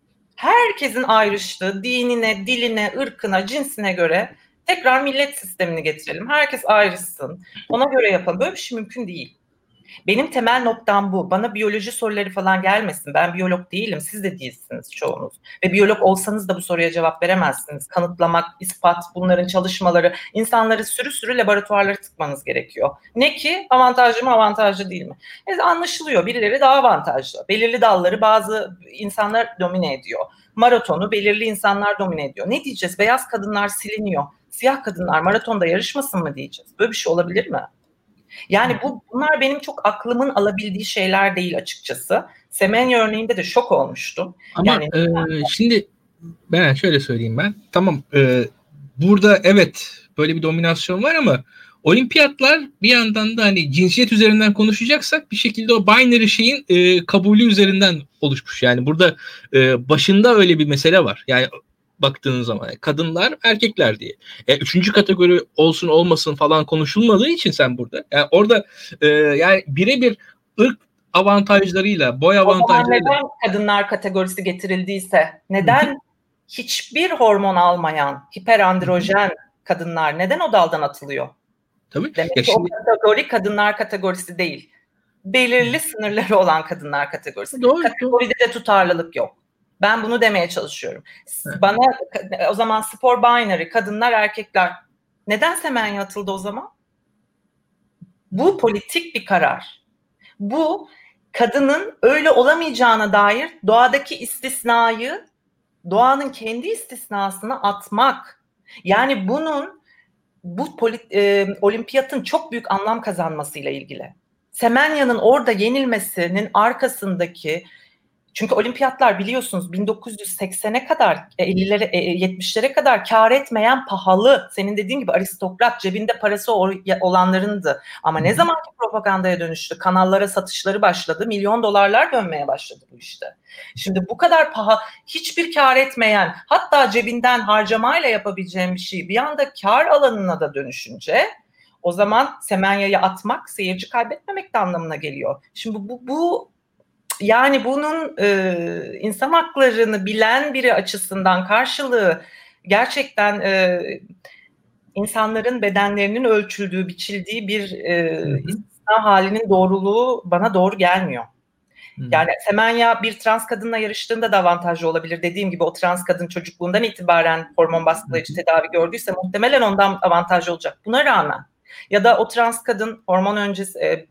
herkesin ayrıştığı dinine, diline, ırkına, cinsine göre tekrar millet sistemini getirelim. Herkes ayrışsın. Ona göre yapalım. Böyle bir şey mümkün değil. Benim temel noktam bu. Bana biyoloji soruları falan gelmesin. Ben biyolog değilim. Siz de değilsiniz çoğunuz. Ve biyolog olsanız da bu soruya cevap veremezsiniz. Kanıtlamak, ispat, bunların çalışmaları, insanları sürü sürü laboratuvarlara tıkmanız gerekiyor. Ne ki avantajlı mı, avantajlı değil mi? Yani anlaşılıyor. Birileri daha avantajlı. Belirli dalları bazı insanlar domine ediyor. Maratonu belirli insanlar domine ediyor. Ne diyeceğiz? Beyaz kadınlar siliniyor. Siyah kadınlar maratonda yarışmasın mı diyeceğiz? Böyle bir şey olabilir mi? Yani bu bunlar benim çok aklımın alabildiği şeyler değil açıkçası. Semenya örneğinde de şok olmuştum. Ama yani, e, şimdi ben şöyle söyleyeyim ben. Tamam e, burada evet böyle bir dominasyon var ama olimpiyatlar bir yandan da hani cinsiyet üzerinden konuşacaksak bir şekilde o binary şeyin e, kabulü üzerinden oluşmuş. Yani burada e, başında öyle bir mesele var. Yani baktığınız zaman kadınlar erkekler diye. E, üçüncü kategori olsun olmasın falan konuşulmadığı için sen burada. Yani orada e, yani birebir ırk avantajlarıyla, boy avantajlarıyla. O zaman neden kadınlar kategorisi getirildiyse, neden Hı-hı. hiçbir hormon almayan hiperandrojen Hı-hı. kadınlar neden o daldan atılıyor? Tabii. Demek ya ki şimdi... o kategori kadınlar kategorisi değil. Belirli Hı-hı. sınırları olan kadınlar kategorisi. Doğru, Kategoride doğru. de tutarlılık yok. Ben bunu demeye çalışıyorum. Hı. Bana o zaman spor binary, kadınlar erkekler. Neden Semenya atıldı o zaman? Bu politik bir karar. Bu kadının öyle olamayacağına dair doğadaki istisnayı, doğanın kendi istisnasını atmak. Yani bunun bu polit, e, olimpiyatın çok büyük anlam kazanmasıyla ilgili. Semenya'nın orada yenilmesinin arkasındaki, çünkü olimpiyatlar biliyorsunuz bin dokuz yüz seksene kadar, ellilere, yetmişlere kadar kar etmeyen pahalı, senin dediğin gibi aristokrat, cebinde parası olanlarındı. Ama ne zamanki propagandaya dönüştü, kanallara satışları başladı, milyon dolarlar dönmeye başladı bu işte. Şimdi bu kadar pahalı, hiçbir kar etmeyen, hatta cebinden harcamayla yapabileceğim bir şey bir anda kar alanına da dönüşünce, o zaman Semenya'yı atmak seyirci kaybetmemek de anlamına geliyor. Şimdi bu, bu yani bunun e, insan haklarını bilen biri açısından karşılığı gerçekten e, insanların bedenlerinin ölçüldüğü, biçildiği bir e, istisna halinin doğruluğu bana doğru gelmiyor. Hı. Yani Semenya bir trans kadınla yarıştığında da avantajlı olabilir. Dediğim gibi o trans kadın çocukluğundan itibaren hormon baskılayıcı tedavi gördüyse muhtemelen ondan avantajlı olacak. Buna rağmen ya da o trans kadın hormon öncesi, e,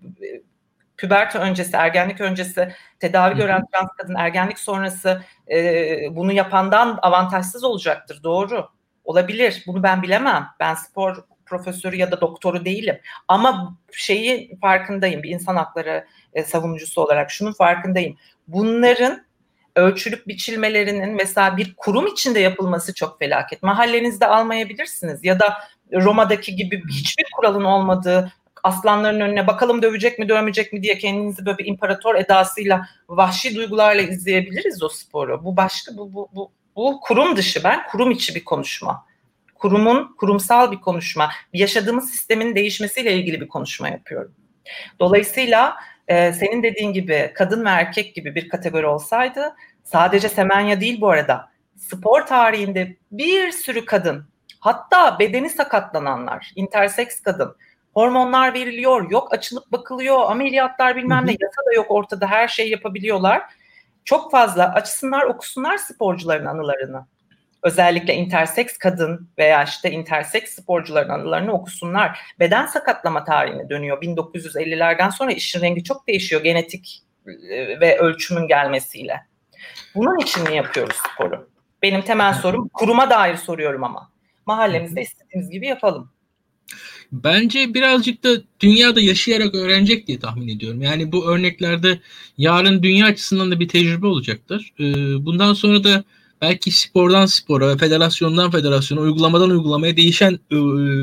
püberte öncesi, ergenlik öncesi tedavi gören trans kadın ergenlik sonrası e, bunu yapandan avantajsız olacaktır. Doğru. Olabilir. Bunu ben bilemem. Ben spor profesörü ya da doktoru değilim. Ama şeyi farkındayım. Bir insan hakları e, savunucusu olarak şunun farkındayım. Bunların ölçülüp biçilmelerinin mesela bir kurum içinde yapılması çok felaket. Mahallenizde almayabilirsiniz ya da Roma'daki gibi hiçbir kuralın olmadığı, aslanların önüne bakalım dövecek mi dövmeyecek mi diye kendinizi böyle bir imparator edasıyla, vahşi duygularla izleyebiliriz o sporu. Bu başka, bu, bu, bu, bu kurum dışı, ben kurum içi bir konuşma. Kurumun kurumsal bir konuşma, yaşadığımız sistemin değişmesiyle ilgili bir konuşma yapıyorum. Dolayısıyla e, senin dediğin gibi kadın ve erkek gibi bir kategori olsaydı, sadece Semenya değil bu arada, spor tarihinde bir sürü kadın, hatta bedeni sakatlananlar, interseks kadın, hormonlar veriliyor, yok açılıp bakılıyor, ameliyatlar bilmem ne, yasa da yok ortada, her şeyi yapabiliyorlar. Çok fazla açsınlar, okusunlar sporcuların anılarını. Özellikle interseks kadın veya işte interseks sporcuların anılarını okusunlar. Beden sakatlama tarihine dönüyor. bin dokuz yüz ellilerden sonra işin rengi çok değişiyor genetik ve ölçümün gelmesiyle. Bunun için mi yapıyoruz sporu? Benim temel sorum, kuruma dair soruyorum ama. Mahallemizde istediğimiz gibi yapalım. Bence birazcık da dünyada yaşayarak öğrenecek diye tahmin ediyorum. Yani bu örneklerde yarın dünya açısından da bir tecrübe olacaktır. Ee, bundan sonra da belki spordan spora, federasyondan federasyona, uygulamadan uygulamaya değişen e,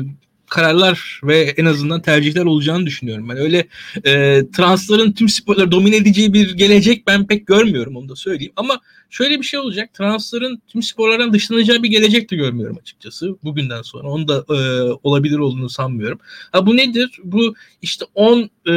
kararlar ve en azından tercihler olacağını düşünüyorum. Ben öyle e, transların tüm sporları domine edeceği bir gelecek ben pek görmüyorum, onu da söyleyeyim. Ama şöyle bir şey olacak. Transların tüm sporlardan dışlanacağı bir gelecek de görmüyorum açıkçası. Bugünden sonra. Onu da e, olabilir olduğunu sanmıyorum. Ha, bu nedir? Bu işte on e,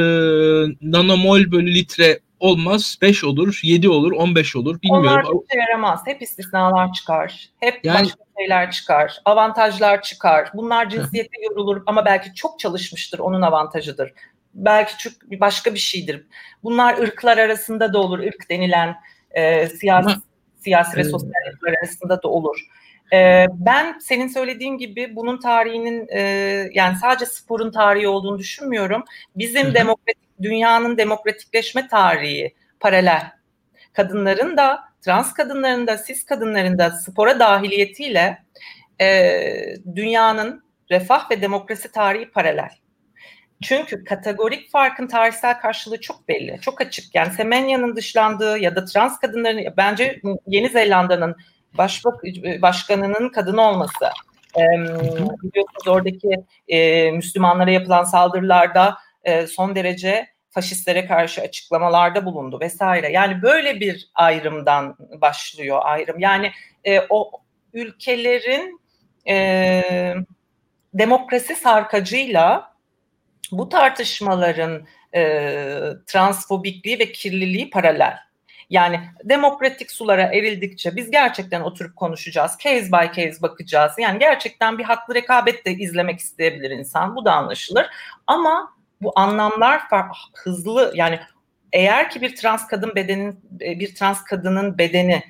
nanomol bölü litre olmaz. beş olur, yedi olur, on beş olur. Bilmiyorum. Onlar hiç yaramaz. Hep istisnalar çıkar. Hep Yani, başka şeyler çıkar. Avantajlar çıkar. Bunlar cinsiyete yorulur ama belki çok çalışmıştır. Onun avantajıdır. Belki çok başka bir şeydir. Bunlar ırklar arasında da olur. Irk denilen e, siyasi, ama, siyasi ve sosyal ırklar arasında da olur. E, ben senin söylediğin gibi bunun tarihinin e, yani sadece sporun tarihi olduğunu düşünmüyorum. Bizim hı. demokratik dünyanın demokratikleşme tarihi paralel. Kadınların da, trans kadınların da, cis kadınların da spora dahiliyetiyle e, dünyanın refah ve demokrasi tarihi paralel. Çünkü kategorik farkın tarihsel karşılığı çok belli, çok açık. Yani Semenya'nın dışlandığı ya da trans kadınların, bence Yeni Zelanda'nın başbak, başkanının kadın olması, e, biliyorsunuz oradaki e, Müslümanlara yapılan saldırılarda e, son derece faşistlere karşı açıklamalarda bulundu vesaire. Yani böyle bir ayrımdan başlıyor ayrım. Yani e, o ülkelerin e, demokrasi sarkacıyla bu tartışmaların e, transfobikliği ve kirliliği paralel. Yani demokratik sulara erildikçe biz gerçekten oturup konuşacağız. Case by case bakacağız. Yani gerçekten bir haklı rekabet de izlemek isteyebilir insan. Bu da anlaşılır. Ama bu anlamlar hızlı, yani eğer ki bir trans kadın bedenin, bir trans kadının bedeni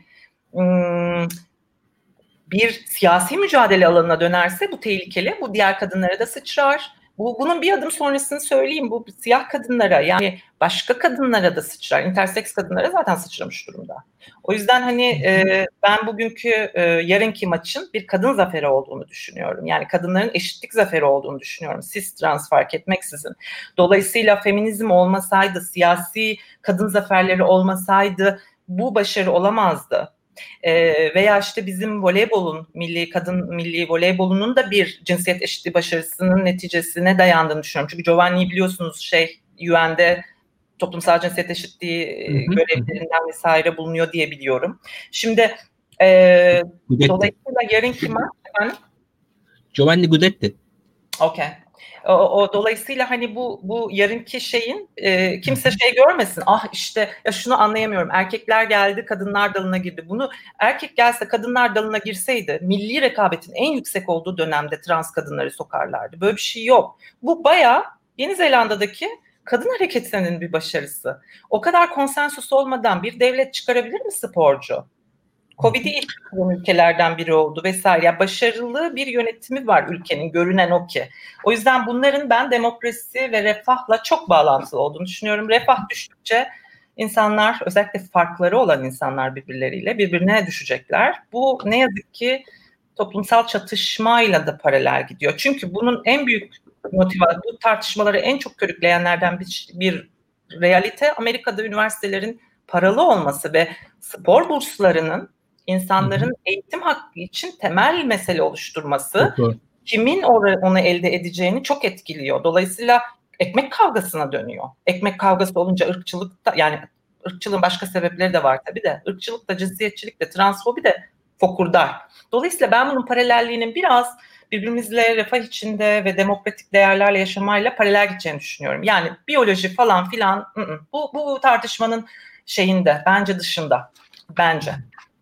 bir siyasi mücadele alanına dönerse bu tehlikeli. Bu diğer kadınlara da sıçrar. Bu, bunun bir adım sonrasını söyleyeyim. Bu siyah kadınlara, yani başka kadınlara da sıçrar. Interseks kadınlara zaten sıçramış durumda. O yüzden hani e, ben bugünkü e, yarınki maçın bir kadın zaferi olduğunu düşünüyorum. Yani kadınların eşitlik zaferi olduğunu düşünüyorum. Cis, trans fark etmeksizin. Dolayısıyla feminizm olmasaydı, siyasi kadın zaferleri olmasaydı bu başarı olamazdı. Ee, veya işte bizim voleybolun, milli kadın milli voleybolunun da bir cinsiyet eşitliği başarısının neticesine dayandığını düşünüyorum. Çünkü Giovanni biliyorsunuz şey U N'de toplumsal cinsiyet eşitliği hı hı. görevlerinden vesaire bulunuyor diye biliyorum. Şimdi e, dolayısıyla yarınki maç efendim? Giovanni Guidetti. Okey. O, o dolayısıyla hani bu bu yarınki şeyin e, kimse şey görmesin. Ah işte ya şunu anlayamıyorum. Erkekler geldi, kadınlar dalına girdi. Bunu erkek gelse kadınlar dalına girseydi milli rekabetin en yüksek olduğu dönemde trans kadınları sokarlardı. Böyle bir şey yok. Bu bayağı Yeni Zelanda'daki kadın hareketinin bir başarısı. O kadar konsensus olmadan bir devlet çıkarabilir mi sporcu? Covid'i ilk ülkelerden biri oldu vesaire. Yani başarılı bir yönetimi var ülkenin, görünen o ki. O yüzden bunların ben demokrasi ve refahla çok bağlantılı olduğunu düşünüyorum. Refah düştükçe insanlar, özellikle farkları olan insanlar birbirleriyle birbirine düşecekler. Bu ne yazık ki toplumsal çatışmayla da paralel gidiyor. Çünkü bunun en büyük motivasyonu, bu tartışmaları en çok körükleyenlerden bir, bir realite Amerika'da üniversitelerin paralı olması ve spor burslarının insanların hı hı. eğitim hakkı için temel mesele oluşturması, kimin onu elde edeceğini çok etkiliyor. Dolayısıyla ekmek kavgasına dönüyor. Ekmek kavgası olunca ırkçılık da, yani ırkçılığın başka sebepleri de var tabii de, ırkçılık da, cinsiyetçilik de, transfobi de fokurdar. Dolayısıyla ben bunun paralelliğinin biraz birbirimizle refah içinde ve demokratik değerlerle yaşamayla paralel gideceğini düşünüyorum. Yani biyoloji falan filan ı-ı. bu bu tartışmanın şeyinde, bence dışında. Bence.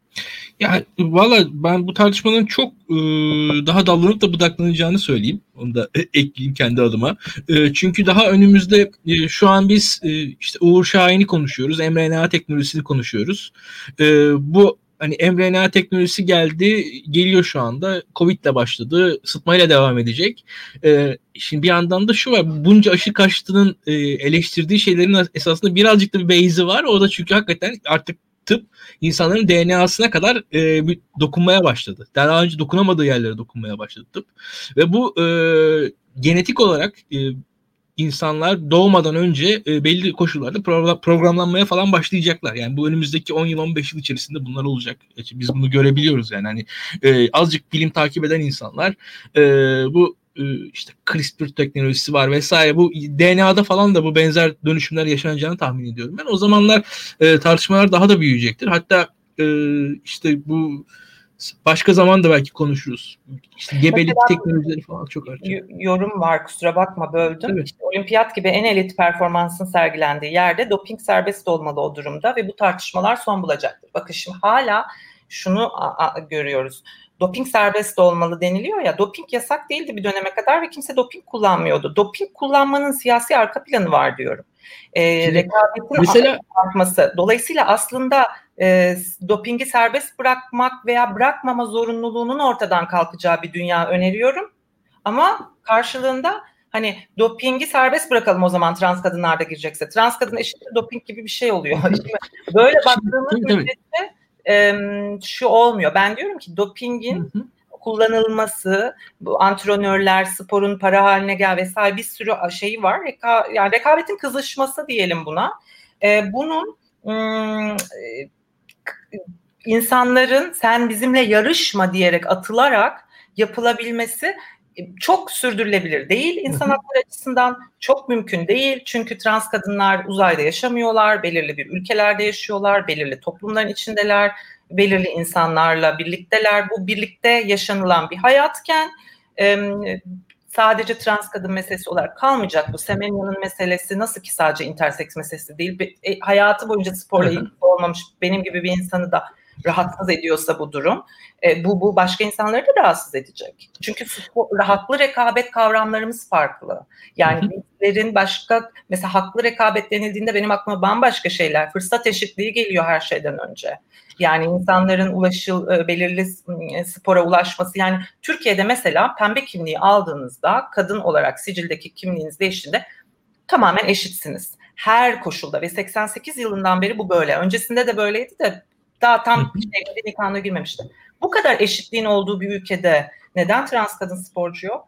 Ya valla ben bu tartışmanın çok e, daha dallanıp da budaklanacağını söyleyeyim. Onu da ekleyeyim kendi adıma. E, çünkü daha önümüzde e, şu an biz e, işte Uğur Şahin'i konuşuyoruz. M R N A teknolojisini konuşuyoruz. E, bu hani M R N A teknolojisi geldi, geliyor şu anda. Covid'le başladı, sıtmayla devam edecek. E, şimdi bir yandan da şu var, bunca aşı karşıtının e, eleştirdiği şeylerin esasında birazcık da bir base'i var. O da çünkü hakikaten artık tıp insanların D N A'sına kadar e, dokunmaya başladı. Daha önce dokunamadığı yerlere dokunmaya başladı tıp. Ve bu e, genetik olarak e, insanlar doğmadan önce e, belli koşullarda pro- programlanmaya falan başlayacaklar. Yani bu önümüzdeki on yıl on beş yıl içerisinde bunlar olacak. Biz bunu görebiliyoruz yani. Hani e, azıcık bilim takip eden insanlar e, bu e, işte CRISPR teknolojisi var vesaire. Bu D N A'da falan da bu benzer dönüşümler yaşanacağını tahmin ediyorum ben. O zamanlar e, tartışmalar daha da büyüyecektir. Hatta e, işte bu başka zaman da belki konuşuruz. İşte gebelik Mesela, teknolojileri falan çok artacak. Yorum var, kusura bakma böldüm. Evet. İşte olimpiyat gibi en elit performansın sergilendiği yerde doping serbest olmalı o durumda ve bu tartışmalar son bulacaktır. Bakın şimdi hala şunu a- a- görüyoruz. Doping serbest olmalı deniliyor ya, doping yasak değildi bir döneme kadar ve kimse doping kullanmıyordu. Doping kullanmanın siyasi arka planı var diyorum. Ee, Şimdi, rekabetin mesela artması. Dolayısıyla aslında e, dopingi serbest bırakmak veya bırakmama zorunluluğunun ortadan kalkacağı bir dünya öneriyorum. Ama karşılığında hani dopingi serbest bırakalım o zaman trans kadınlar da girecekse. Trans kadın eşittir doping gibi bir şey oluyor. Şimdi böyle baktığımız müddetçe e, şu olmuyor. Ben diyorum ki dopingin hı hı. kullanılması, bu antrenörler, sporun para haline gel vesaire bir sürü şeyi var. Reka, yani rekabetin kızışması diyelim buna. E, bunun ım, insanların sen bizimle yarışma diyerek atılarak yapılabilmesi çok sürdürülebilir değil. İnsan hakları açısından çok mümkün değil. Çünkü trans kadınlar uzayda yaşamıyorlar, belirli bir ülkelerde yaşıyorlar, belirli toplumların içindeler, belirli insanlarla birlikteler. Bu birlikte yaşanılan bir hayatken sadece trans kadın meselesi olarak kalmayacak bu. Semenya'nın meselesi nasıl ki sadece interseks meselesi değil. E, hayatı boyunca sporla ilgili olmamış benim gibi bir insanı da rahatsız ediyorsa bu durum, e, bu bu başka insanları da rahatsız edecek. Çünkü spor, haklı rekabet kavramlarımız farklı. Yani bizlerin başka, mesela haklı rekabet denildiğinde benim aklıma bambaşka şeyler, fırsat eşitliği geliyor her şeyden önce. Yani insanların ulaşıl belirli spora ulaşması. Yani Türkiye'de mesela pembe kimliği aldığınızda kadın olarak sicildeki kimliğiniz değiştiğinde tamamen eşitsiniz. Her koşulda ve seksen sekiz yılından beri bu böyle. Öncesinde de böyleydi de daha tam şey, medeni kanuna girmemişti. Bu kadar eşitliğin olduğu bir ülkede neden trans kadın sporcu yok?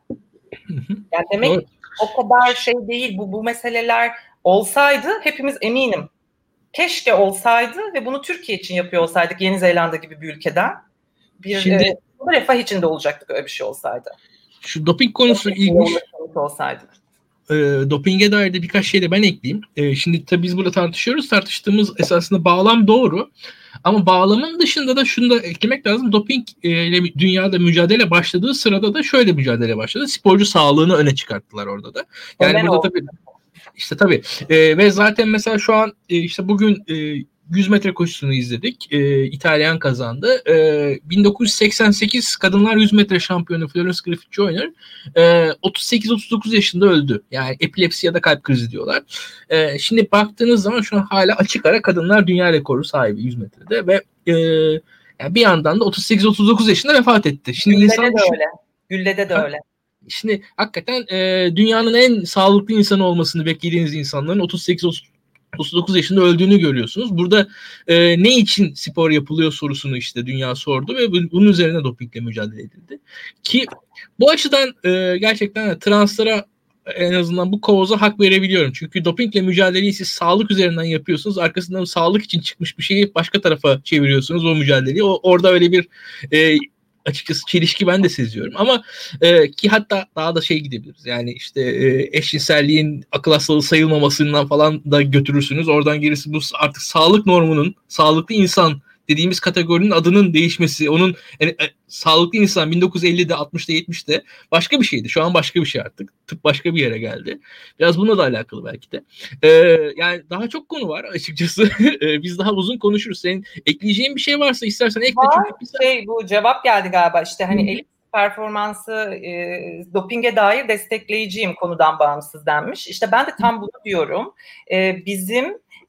Yani demek ki o kadar şey değil. Bu, bu meseleler olsaydı hepimiz eminim keşke olsaydı ve bunu Türkiye için yapıyor olsaydık, Yeni Zelanda gibi bir ülkeden bir Şimdi, e, refah içinde olacaktık öyle bir şey olsaydı. Şu doping konusu ilginç. Olsaydı. E, dopinge dair de birkaç şey de ben ekleyeyim. E, şimdi tabii biz burada tartışıyoruz. Tartıştığımız esasında bağlam doğru. Ama bağlamın dışında da şunu da eklemek lazım. Doping ile dünyada mücadele başladığı sırada da şöyle mücadele başladı. Sporcu sağlığını öne çıkarttılar orada da. Yani Ölen burada oldu. Tabii İşte tabii e, ve zaten mesela şu an e, işte bugün e, yüz metre koşusunu izledik. E, İtalyan kazandı. E, bin dokuz yüz seksen sekiz kadınlar yüz metre şampiyonu Florence Griffith Joyner e, otuz sekiz otuz dokuz yaşında öldü. Yani epilepsi ya da kalp krizi diyorlar. E, şimdi baktığınız zaman şu an hala açık ara kadınlar dünya rekoru sahibi yüz metrede ve e, yani bir yandan da otuz sekiz otuz dokuz yaşında vefat etti. Şimdi Güllede insan de öyle. Güllede de öyle. Şimdi hakikaten e, dünyanın en sağlıklı insanı olmasını beklediğiniz insanların otuz sekiz otuz dokuz yaşında öldüğünü görüyorsunuz. Burada e, ne için spor yapılıyor sorusunu işte dünya sordu ve bunun üzerine dopingle mücadele edildi. Ki bu açıdan e, gerçekten translara en azından bu kovuza hak verebiliyorum. Çünkü dopingle mücadeleyi siz sağlık üzerinden yapıyorsunuz. Arkasından sağlık için çıkmış bir şeyi başka tarafa çeviriyorsunuz o mücadeleyi. O, orada öyle bir e, açıkçası çelişki ben de seziyorum ama e, ki hatta daha da şey gidebiliriz yani işte e, eşcinselliğin akıl hastalığı sayılmamasından falan da götürürsünüz. Oradan gerisi bu artık sağlık normunun, sağlıklı insan dediğimiz kategorinin adının değişmesi, onun yani, e, sağlıklı insan bin dokuz yüz ellide altmışta yetmişte başka bir şeydi. Şu an başka bir şey artık. Tıp başka bir yere geldi. Biraz bununla da alakalı belki de. Ee, yani daha çok konu var açıkçası. Biz daha uzun konuşuruz. Senin ekleyeceğin bir şey varsa istersen ekle. Var, çünkü biz... şey bu cevap geldi galiba işte hani elit performansı e, dopinge dair destekleyiciyim konudan bağımsız denmiş. İşte ben de tam bunu diyorum. E, bizim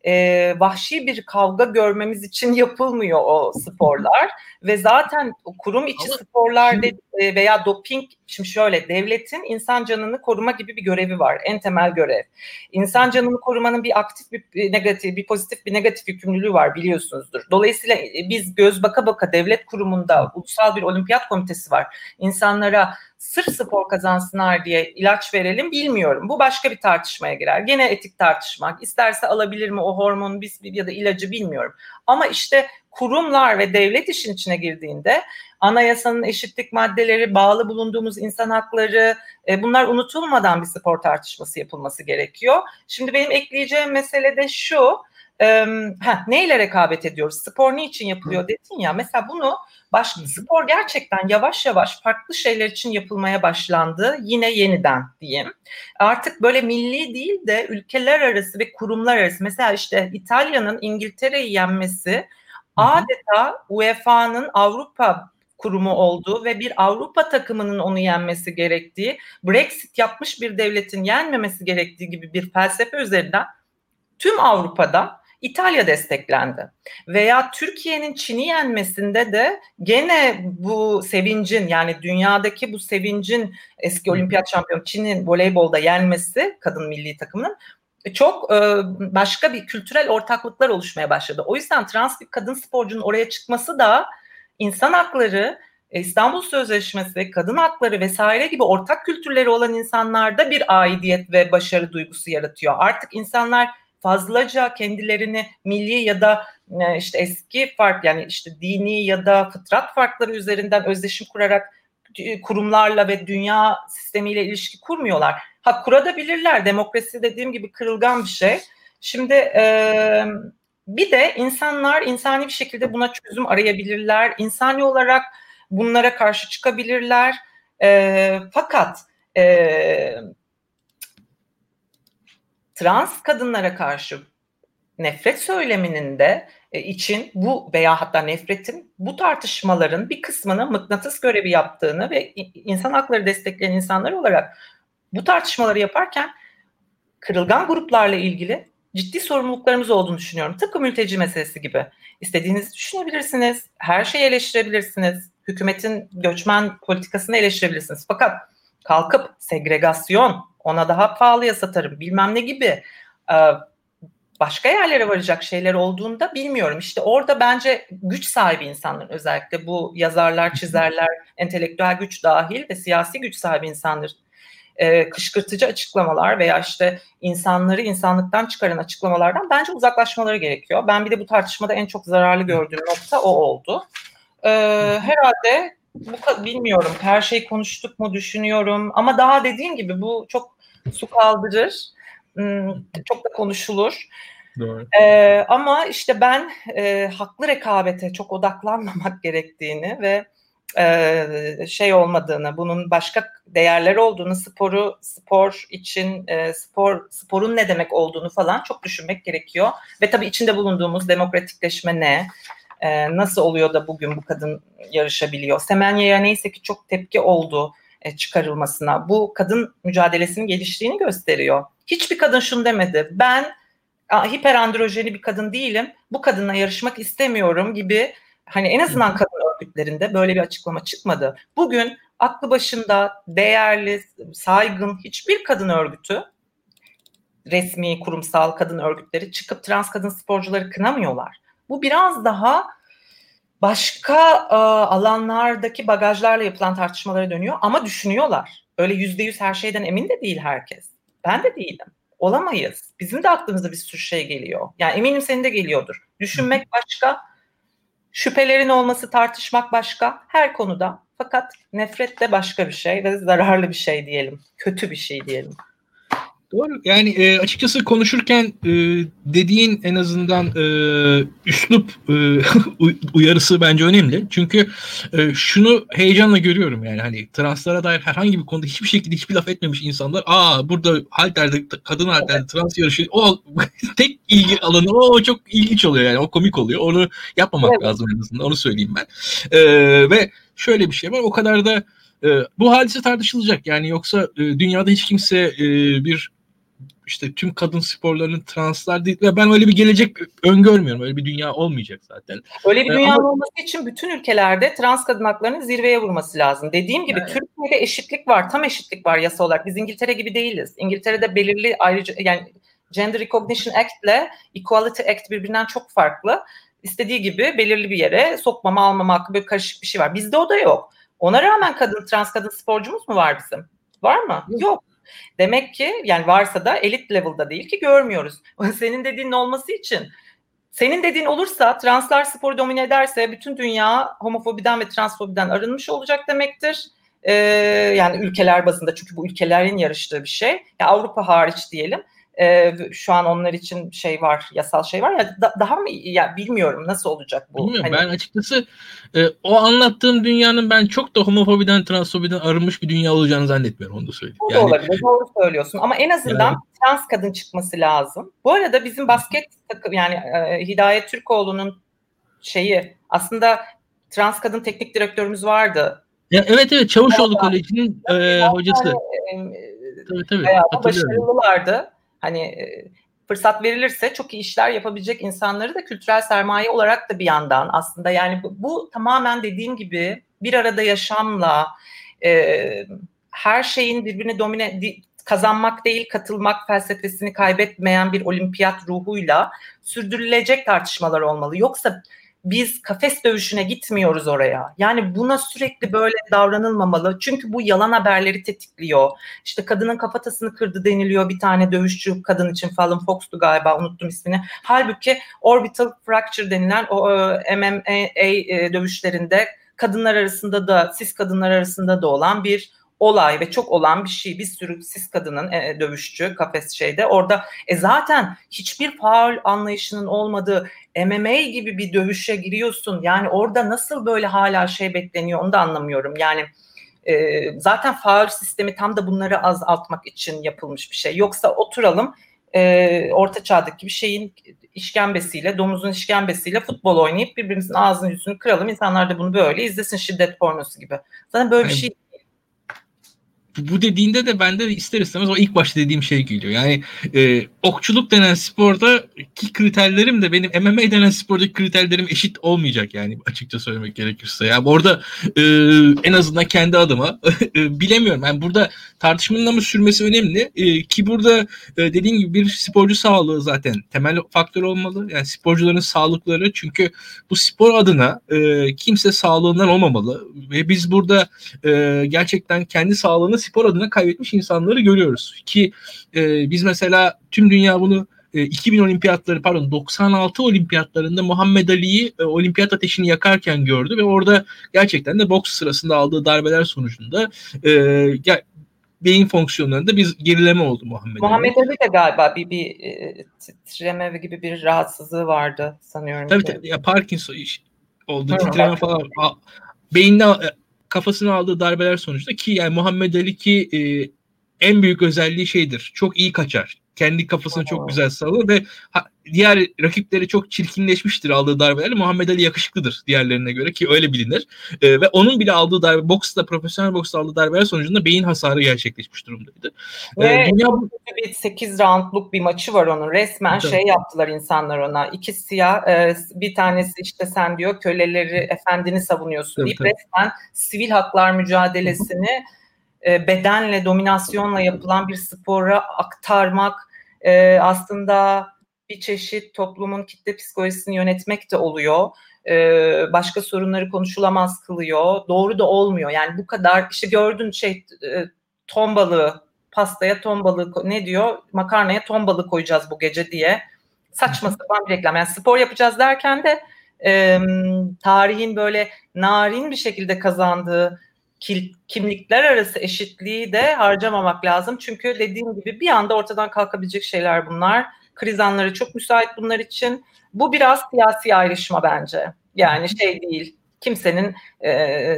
e, vahşi bir kavga görmemiz için yapılmıyor o sporlar ve zaten kurum içi Ama sporlarda şimdi... veya doping, şimdi şöyle, devletin insan canını koruma gibi bir görevi var, en temel görev. İnsan canını korumanın bir aktif bir, bir negatif, bir pozitif bir negatif yükümlülüğü var, biliyorsunuzdur. Dolayısıyla biz göz baka baka devlet kurumunda ulusal bir olimpiyat komitesi var. İnsanlara sırf spor kazansınlar diye ilaç verelim, bilmiyorum. Bu başka bir tartışmaya girer. Gene etik tartışmak. İsterse alabilir mi o hormonu ya da ilacı, bilmiyorum. Ama işte kurumlar ve devlet işin içine girdiğinde anayasanın eşitlik maddeleri, bağlı bulunduğumuz insan hakları, e, bunlar unutulmadan bir spor tartışması yapılması gerekiyor. Şimdi benim ekleyeceğim mesele de şu. E, heh, neyle rekabet ediyoruz? Spor niçin yapılıyor dedin ya. Mesela bunu Baş, spor gerçekten yavaş yavaş farklı şeyler için yapılmaya başlandı. Yine yeniden diyeyim. Artık böyle milli değil de ülkeler arası ve kurumlar arası. Mesela işte İtalya'nın İngiltere'yi yenmesi adeta U E F A'nın Avrupa kurumu olduğu ve bir Avrupa takımının onu yenmesi gerektiği, Brexit yapmış bir devletin yenmemesi gerektiği gibi bir felsefe üzerinden tüm Avrupa'da İtalya desteklendi. Veya Türkiye'nin Çin'i yenmesinde de gene bu sevincin, yani dünyadaki bu sevincin, eski olimpiyat şampiyonu Çin'in voleybolda yenmesi kadın milli takımının çok e, başka bir kültürel ortaklıklar oluşmaya başladı. O yüzden trans bir kadın sporcunun oraya çıkması da insan hakları, İstanbul Sözleşmesi, kadın hakları vesaire gibi ortak kültürleri olan insanlarda bir aidiyet ve başarı duygusu yaratıyor. Artık insanlar fazlaca kendilerini milli ya da işte eski fark, yani işte dini ya da fıtrat farkları üzerinden özdeşim kurarak kurumlarla ve dünya sistemiyle ilişki kurmuyorlar. Ha, kurabilirler. Demokrasi dediğim gibi kırılgan bir şey. Şimdi e, bir de insanlar insani bir şekilde buna çözüm arayabilirler. İnsani olarak bunlara karşı çıkabilirler. E, fakat e, trans kadınlara karşı nefret söyleminin de e, için bu veya hatta nefretin bu tartışmaların bir kısmını mıknatıs görevi yaptığını ve insan hakları destekleyen insanlar olarak bu tartışmaları yaparken kırılgan gruplarla ilgili ciddi sorumluluklarımız olduğunu düşünüyorum. Tıpkı mülteci meselesi gibi. İstediğinizi düşünebilirsiniz, her şeyi eleştirebilirsiniz, hükümetin göçmen politikasını eleştirebilirsiniz. Fakat kalkıp segregasyon, ona daha pahalıya satarım, bilmem ne gibi başka yerlere varacak şeyler olduğunda bilmiyorum. İşte orada bence güç sahibi insanların, özellikle bu yazarlar, çizerler, entelektüel güç dahil ve siyasi güç sahibi insanların e, kışkırtıcı açıklamalar veya işte insanları insanlıktan çıkaran açıklamalardan bence uzaklaşmaları gerekiyor. Ben bir de bu tartışmada en çok zararlı gördüğüm nokta o oldu. E, herhalde bu, bilmiyorum, her şeyi konuştuk mu düşünüyorum ama daha dediğim gibi bu çok su kaldırır. Çok da konuşulur. Doğru. Ee, ama işte ben e, haklı rekabete çok odaklanmamak gerektiğini ve e, şey olmadığını, bunun başka değerleri olduğunu, sporu spor için e, spor sporun ne demek olduğunu falan çok düşünmek gerekiyor. Ve tabii içinde bulunduğumuz demokratikleşme ne? E, nasıl oluyor da bugün bu kadın yarışabiliyor? Semenya'ya neyse ki çok tepki oldu e, çıkarılmasına. Bu kadın mücadelesinin geliştiğini gösteriyor. Hiçbir kadın şunu demedi: ben hiperandrojeni bir kadın değilim, bu kadınla yarışmak istemiyorum gibi, hani en azından kadın örgütlerinde böyle bir açıklama çıkmadı. Bugün aklı başında, değerli, saygın hiçbir kadın örgütü, resmi, kurumsal kadın örgütleri çıkıp trans kadın sporcuları kınamıyorlar. Bu biraz daha başka e, alanlardaki bagajlarla yapılan tartışmalara dönüyor ama düşünüyorlar. Öyle yüzde yüz her şeyden emin de değil herkes. Ben de değilim. Olamayız. Bizim de aklımıza bir sürü şey geliyor. Yani eminim senin de geliyordur. Düşünmek başka, şüphelerin olması, tartışmak başka her konuda. Fakat nefret de başka bir şey ve zararlı bir şey diyelim. Kötü bir şey diyelim. Doğru. Yani e, açıkçası konuşurken e, dediğin en azından e, üslup e, uyarısı bence önemli. Çünkü e, şunu heyecanla görüyorum, yani hani translara dair herhangi bir konuda hiçbir şekilde hiçbir laf etmemiş insanlar, aa burada halterde, kadın halterde trans yarışı, o tek ilgi alanı, o çok ilginç oluyor, yani o komik oluyor. Onu yapmamak evet. lazım en azından, onu söyleyeyim ben. E, ve şöyle bir şey var, o kadar da e, bu hadise tartışılacak. Yani yoksa e, dünyada hiç kimse e, bir işte tüm kadın sporlarının translar değil ve ben öyle bir gelecek öngörmüyorum. Öyle bir dünya olmayacak zaten. Öyle bir Ee, dünyanın ama... olması için bütün ülkelerde trans kadın haklarını zirveye vurması lazım. Dediğim gibi evet. Türkiye'de eşitlik var, tam eşitlik var yasa olarak. Biz İngiltere gibi değiliz. İngiltere'de belirli ayrıca yani Gender Recognition Act ile Equality Act birbirinden çok farklı. İstediği gibi belirli bir yere sokmama almama hakkı, böyle karışık bir şey var. Bizde o da yok. Ona rağmen kadın trans kadın sporcumuz mu var bizim? Var mı? Yok. yok. Demek ki yani varsa da elit level'da değil ki görmüyoruz. Senin dediğinin olması için, senin dediğin olursa, translar sporu domine ederse bütün dünya homofobiden ve transfobiden arınmış olacak demektir. Ee, yani ülkeler bazında, çünkü bu ülkelerin yarıştığı bir şey. Yani Avrupa hariç diyelim. Ee, şu an onlar için şey var, yasal şey var ya, da, daha mı ya bilmiyorum nasıl olacak bu. Bilmiyorum hani... ben açıkçası e, o anlattığım dünyanın ben çok da homofobiden, transfobiden arınmış bir dünya olacağını zannetmiyorum, onu da söyleyeyim. O da yani, olabilir, doğru söylüyorsun ama en azından yani... trans kadın çıkması lazım. Bu arada bizim basket takım yani e, Hidayet Türkoğlu'nun şeyi aslında trans kadın teknik direktörümüz vardı. Ya, evet evet Çavuşoğlu Koleji'nin e, hocası. E, tabii tabii. Bayağı başarılılardı. Hani e, fırsat verilirse çok iyi işler yapabilecek insanları da kültürel sermaye olarak da bir yandan aslında yani bu, bu tamamen dediğim gibi bir arada yaşamla e, her şeyin birbirine domine kazanmak değil katılmak felsefesini kaybetmeyen bir olimpiyat ruhuyla sürdürülecek tartışmalar olmalı. Yoksa biz kafes dövüşüne gitmiyoruz oraya. Yani buna sürekli böyle davranılmamalı. Çünkü bu yalan haberleri tetikliyor. İşte kadının kafatasını kırdı deniliyor bir tane dövüşçü kadın için, Fallon Fox'tu galiba, unuttum ismini. Halbuki orbital fracture denilen o M M A dövüşlerinde kadınlar arasında da, cis kadınlar arasında da olan bir olay ve çok olan bir şey. Bir sürü cis kadının e, dövüşçü kafes şeyde orada e, zaten hiçbir faul anlayışının olmadığı M M A gibi bir dövüşe giriyorsun. Yani orada nasıl böyle hala şey bekleniyor onu da anlamıyorum. Yani e, zaten faul sistemi tam da bunları azaltmak için yapılmış bir şey. Yoksa oturalım e, orta çağdaki bir şeyin işkembesiyle, domuzun işkembesiyle futbol oynayıp birbirimizin ağzını yüzünü kıralım. İnsanlar da bunu böyle izlesin, şiddet pornosu gibi. Zaten böyle bir şey bu dediğinde de bende de ister istemez o ilk başta dediğim şey geliyor. Yani e, okçuluk denen spordaki kriterlerim de benim M M A denen spordaki kriterlerim eşit olmayacak yani, açıkça söylemek gerekirse. Yani orada e, en azından kendi adıma e, bilemiyorum. Yani burada tartışmanın ama sürmesi önemli. E, ki burada e, dediğim gibi bir sporcu sağlığı zaten temel faktör olmalı. Yani sporcuların sağlıkları, çünkü bu spor adına e, kimse sağlığından olmamalı. Ve biz burada e, gerçekten kendi sağlığını spor adına kaybetmiş insanları görüyoruz. Ki e, biz mesela tüm dünya bunu e, iki bin olimpiyatları pardon doksan altı olimpiyatlarında Muhammed Ali'yi e, olimpiyat ateşini yakarken gördü ve orada gerçekten de boks sırasında aldığı darbeler sonucunda e, ya, beyin fonksiyonlarında bir gerileme oldu Muhammed, Muhammed Ali. Ali de galiba bir, bir e, titreme gibi bir rahatsızlığı vardı sanıyorum. Tabii tabii ya, Parkinson oldu, titreme falan. Beyinde kafasına aldığı darbeler sonucunda, ki yani Muhammed Ali ki e, en büyük özelliği şeydir. Çok iyi kaçar. Kendi kafasını çok güzel sallar ve ha, diğer rakipleri çok çirkinleşmiştir aldığı darbelerle. Muhammed Ali yakışıklıdır diğerlerine göre, ki öyle bilinir. E, ve onun bile aldığı darbe, boksta, profesyonel boksta aldığı darbeler sonucunda beyin hasarı gerçekleşmiş durumdaydı. Ve e, dünya bir sekiz roundluk bir maçı var onun. Resmen tabii. Şey yaptılar insanlar ona. İki siyah, e, bir tanesi işte sen diyor köleleri, efendini savunuyorsun tabii, deyip tabii. Resmen sivil haklar mücadelesini e, bedenle, dominasyonla yapılan bir spora aktarmak e, aslında bir çeşit toplumun kitle psikolojisini yönetmek de oluyor. Ee, başka sorunları konuşulamaz kılıyor. Doğru da olmuyor. Yani bu kadar işte gördün şey e, ton balığı, pastaya ton balığı ne diyor? Makarnaya ton balığı koyacağız bu gece diye. Saçma sapan bir reklam. Yani spor yapacağız derken de e, tarihin böyle narin bir şekilde kazandığı kimlikler arası eşitliği de harcamamak lazım. Çünkü dediğim gibi bir anda ortadan kalkabilecek şeyler bunlar. Kriz anları çok müsait bunlar için. Bu biraz siyasi ayrışma bence. Yani şey değil, kimsenin e,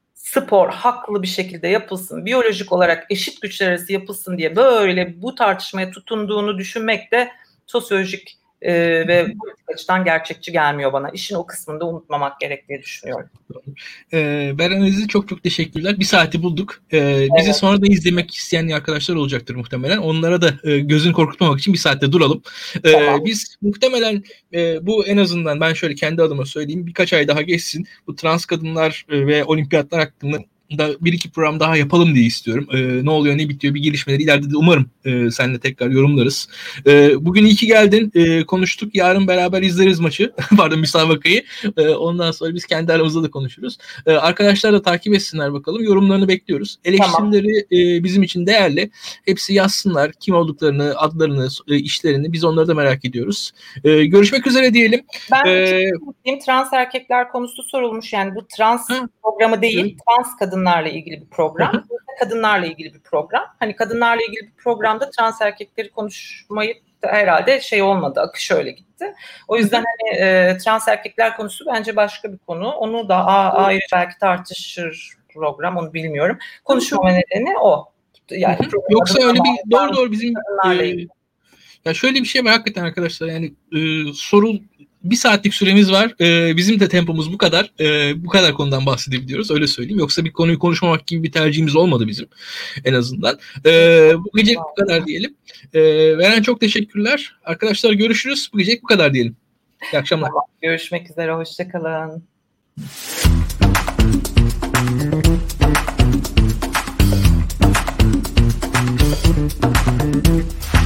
spor haklı bir şekilde yapılsın, biyolojik olarak eşit güçler arası yapılsın diye böyle bu tartışmaya tutunduğunu düşünmek de sosyolojik e, ve politik açıdan gerçekçi gelmiyor bana. İşin o kısmını da unutmamak gerektiği düşünüyorum. Ee, Beren Aziz çok çok teşekkürler. Bir saati bulduk. Ee, evet. Bizi sonra da izlemek isteyen arkadaşlar olacaktır muhtemelen. Onlara da e, gözünü korkutmamak için bir saatte duralım. Ee, tamam. Biz muhtemelen e, bu en azından ben şöyle kendi adıma söyleyeyim, birkaç ay daha geçsin. Bu trans kadınlar e, ve olimpiyatlar hakkında da bir iki program daha yapalım diye istiyorum. Ee, ne oluyor, ne bitiyor, bir gelişmeleri ileride de umarım e, seninle tekrar yorumlarız. E, bugün iyi ki geldin. E, konuştuk. Yarın beraber izleriz maçı. Pardon, müsabakayı. E, ondan sonra biz kendi aramızda da konuşuruz. E, arkadaşlar da takip etsinler bakalım. Yorumlarını bekliyoruz. Eleştirileri tamam. e, bizim için değerli. Hepsi yazsınlar. Kim olduklarını, adlarını, e, işlerini. Biz onları da merak ediyoruz. E, görüşmek üzere diyelim. Ben ee, trans erkekler konusu sorulmuş. Yani bu trans ha, programı değil. Evet. Trans kadın kadınlarla ilgili bir program. Hı hı. Kadınlarla ilgili bir program. Hani kadınlarla ilgili bir programda trans erkekleri konuşmayı herhalde şey olmadı. Akış öyle gitti. O yüzden hani e, trans erkekler konusu bence başka bir konu. Onu da a- ayrı belki tartışır program. Onu bilmiyorum. Konuşmama nedeni o. Yani yoksa öyle bir doğru doğru bizim e, ya şöyle bir şey var hakikaten arkadaşlar. Yani e, soru bir saatlik süremiz var. Ee, bizim de tempomuz bu kadar. Ee, bu kadar konudan bahsedebiliyoruz. Öyle söyleyeyim. Yoksa bir konuyu konuşmamak gibi bir tercihimiz olmadı bizim. En azından. Ee, bu gece bu kadar diyelim. Ee, Beren çok teşekkürler. Arkadaşlar görüşürüz. Bu gece bu kadar diyelim. İyi akşamlar. Tamam, görüşmek üzere. Hoşçakalın. Thank you.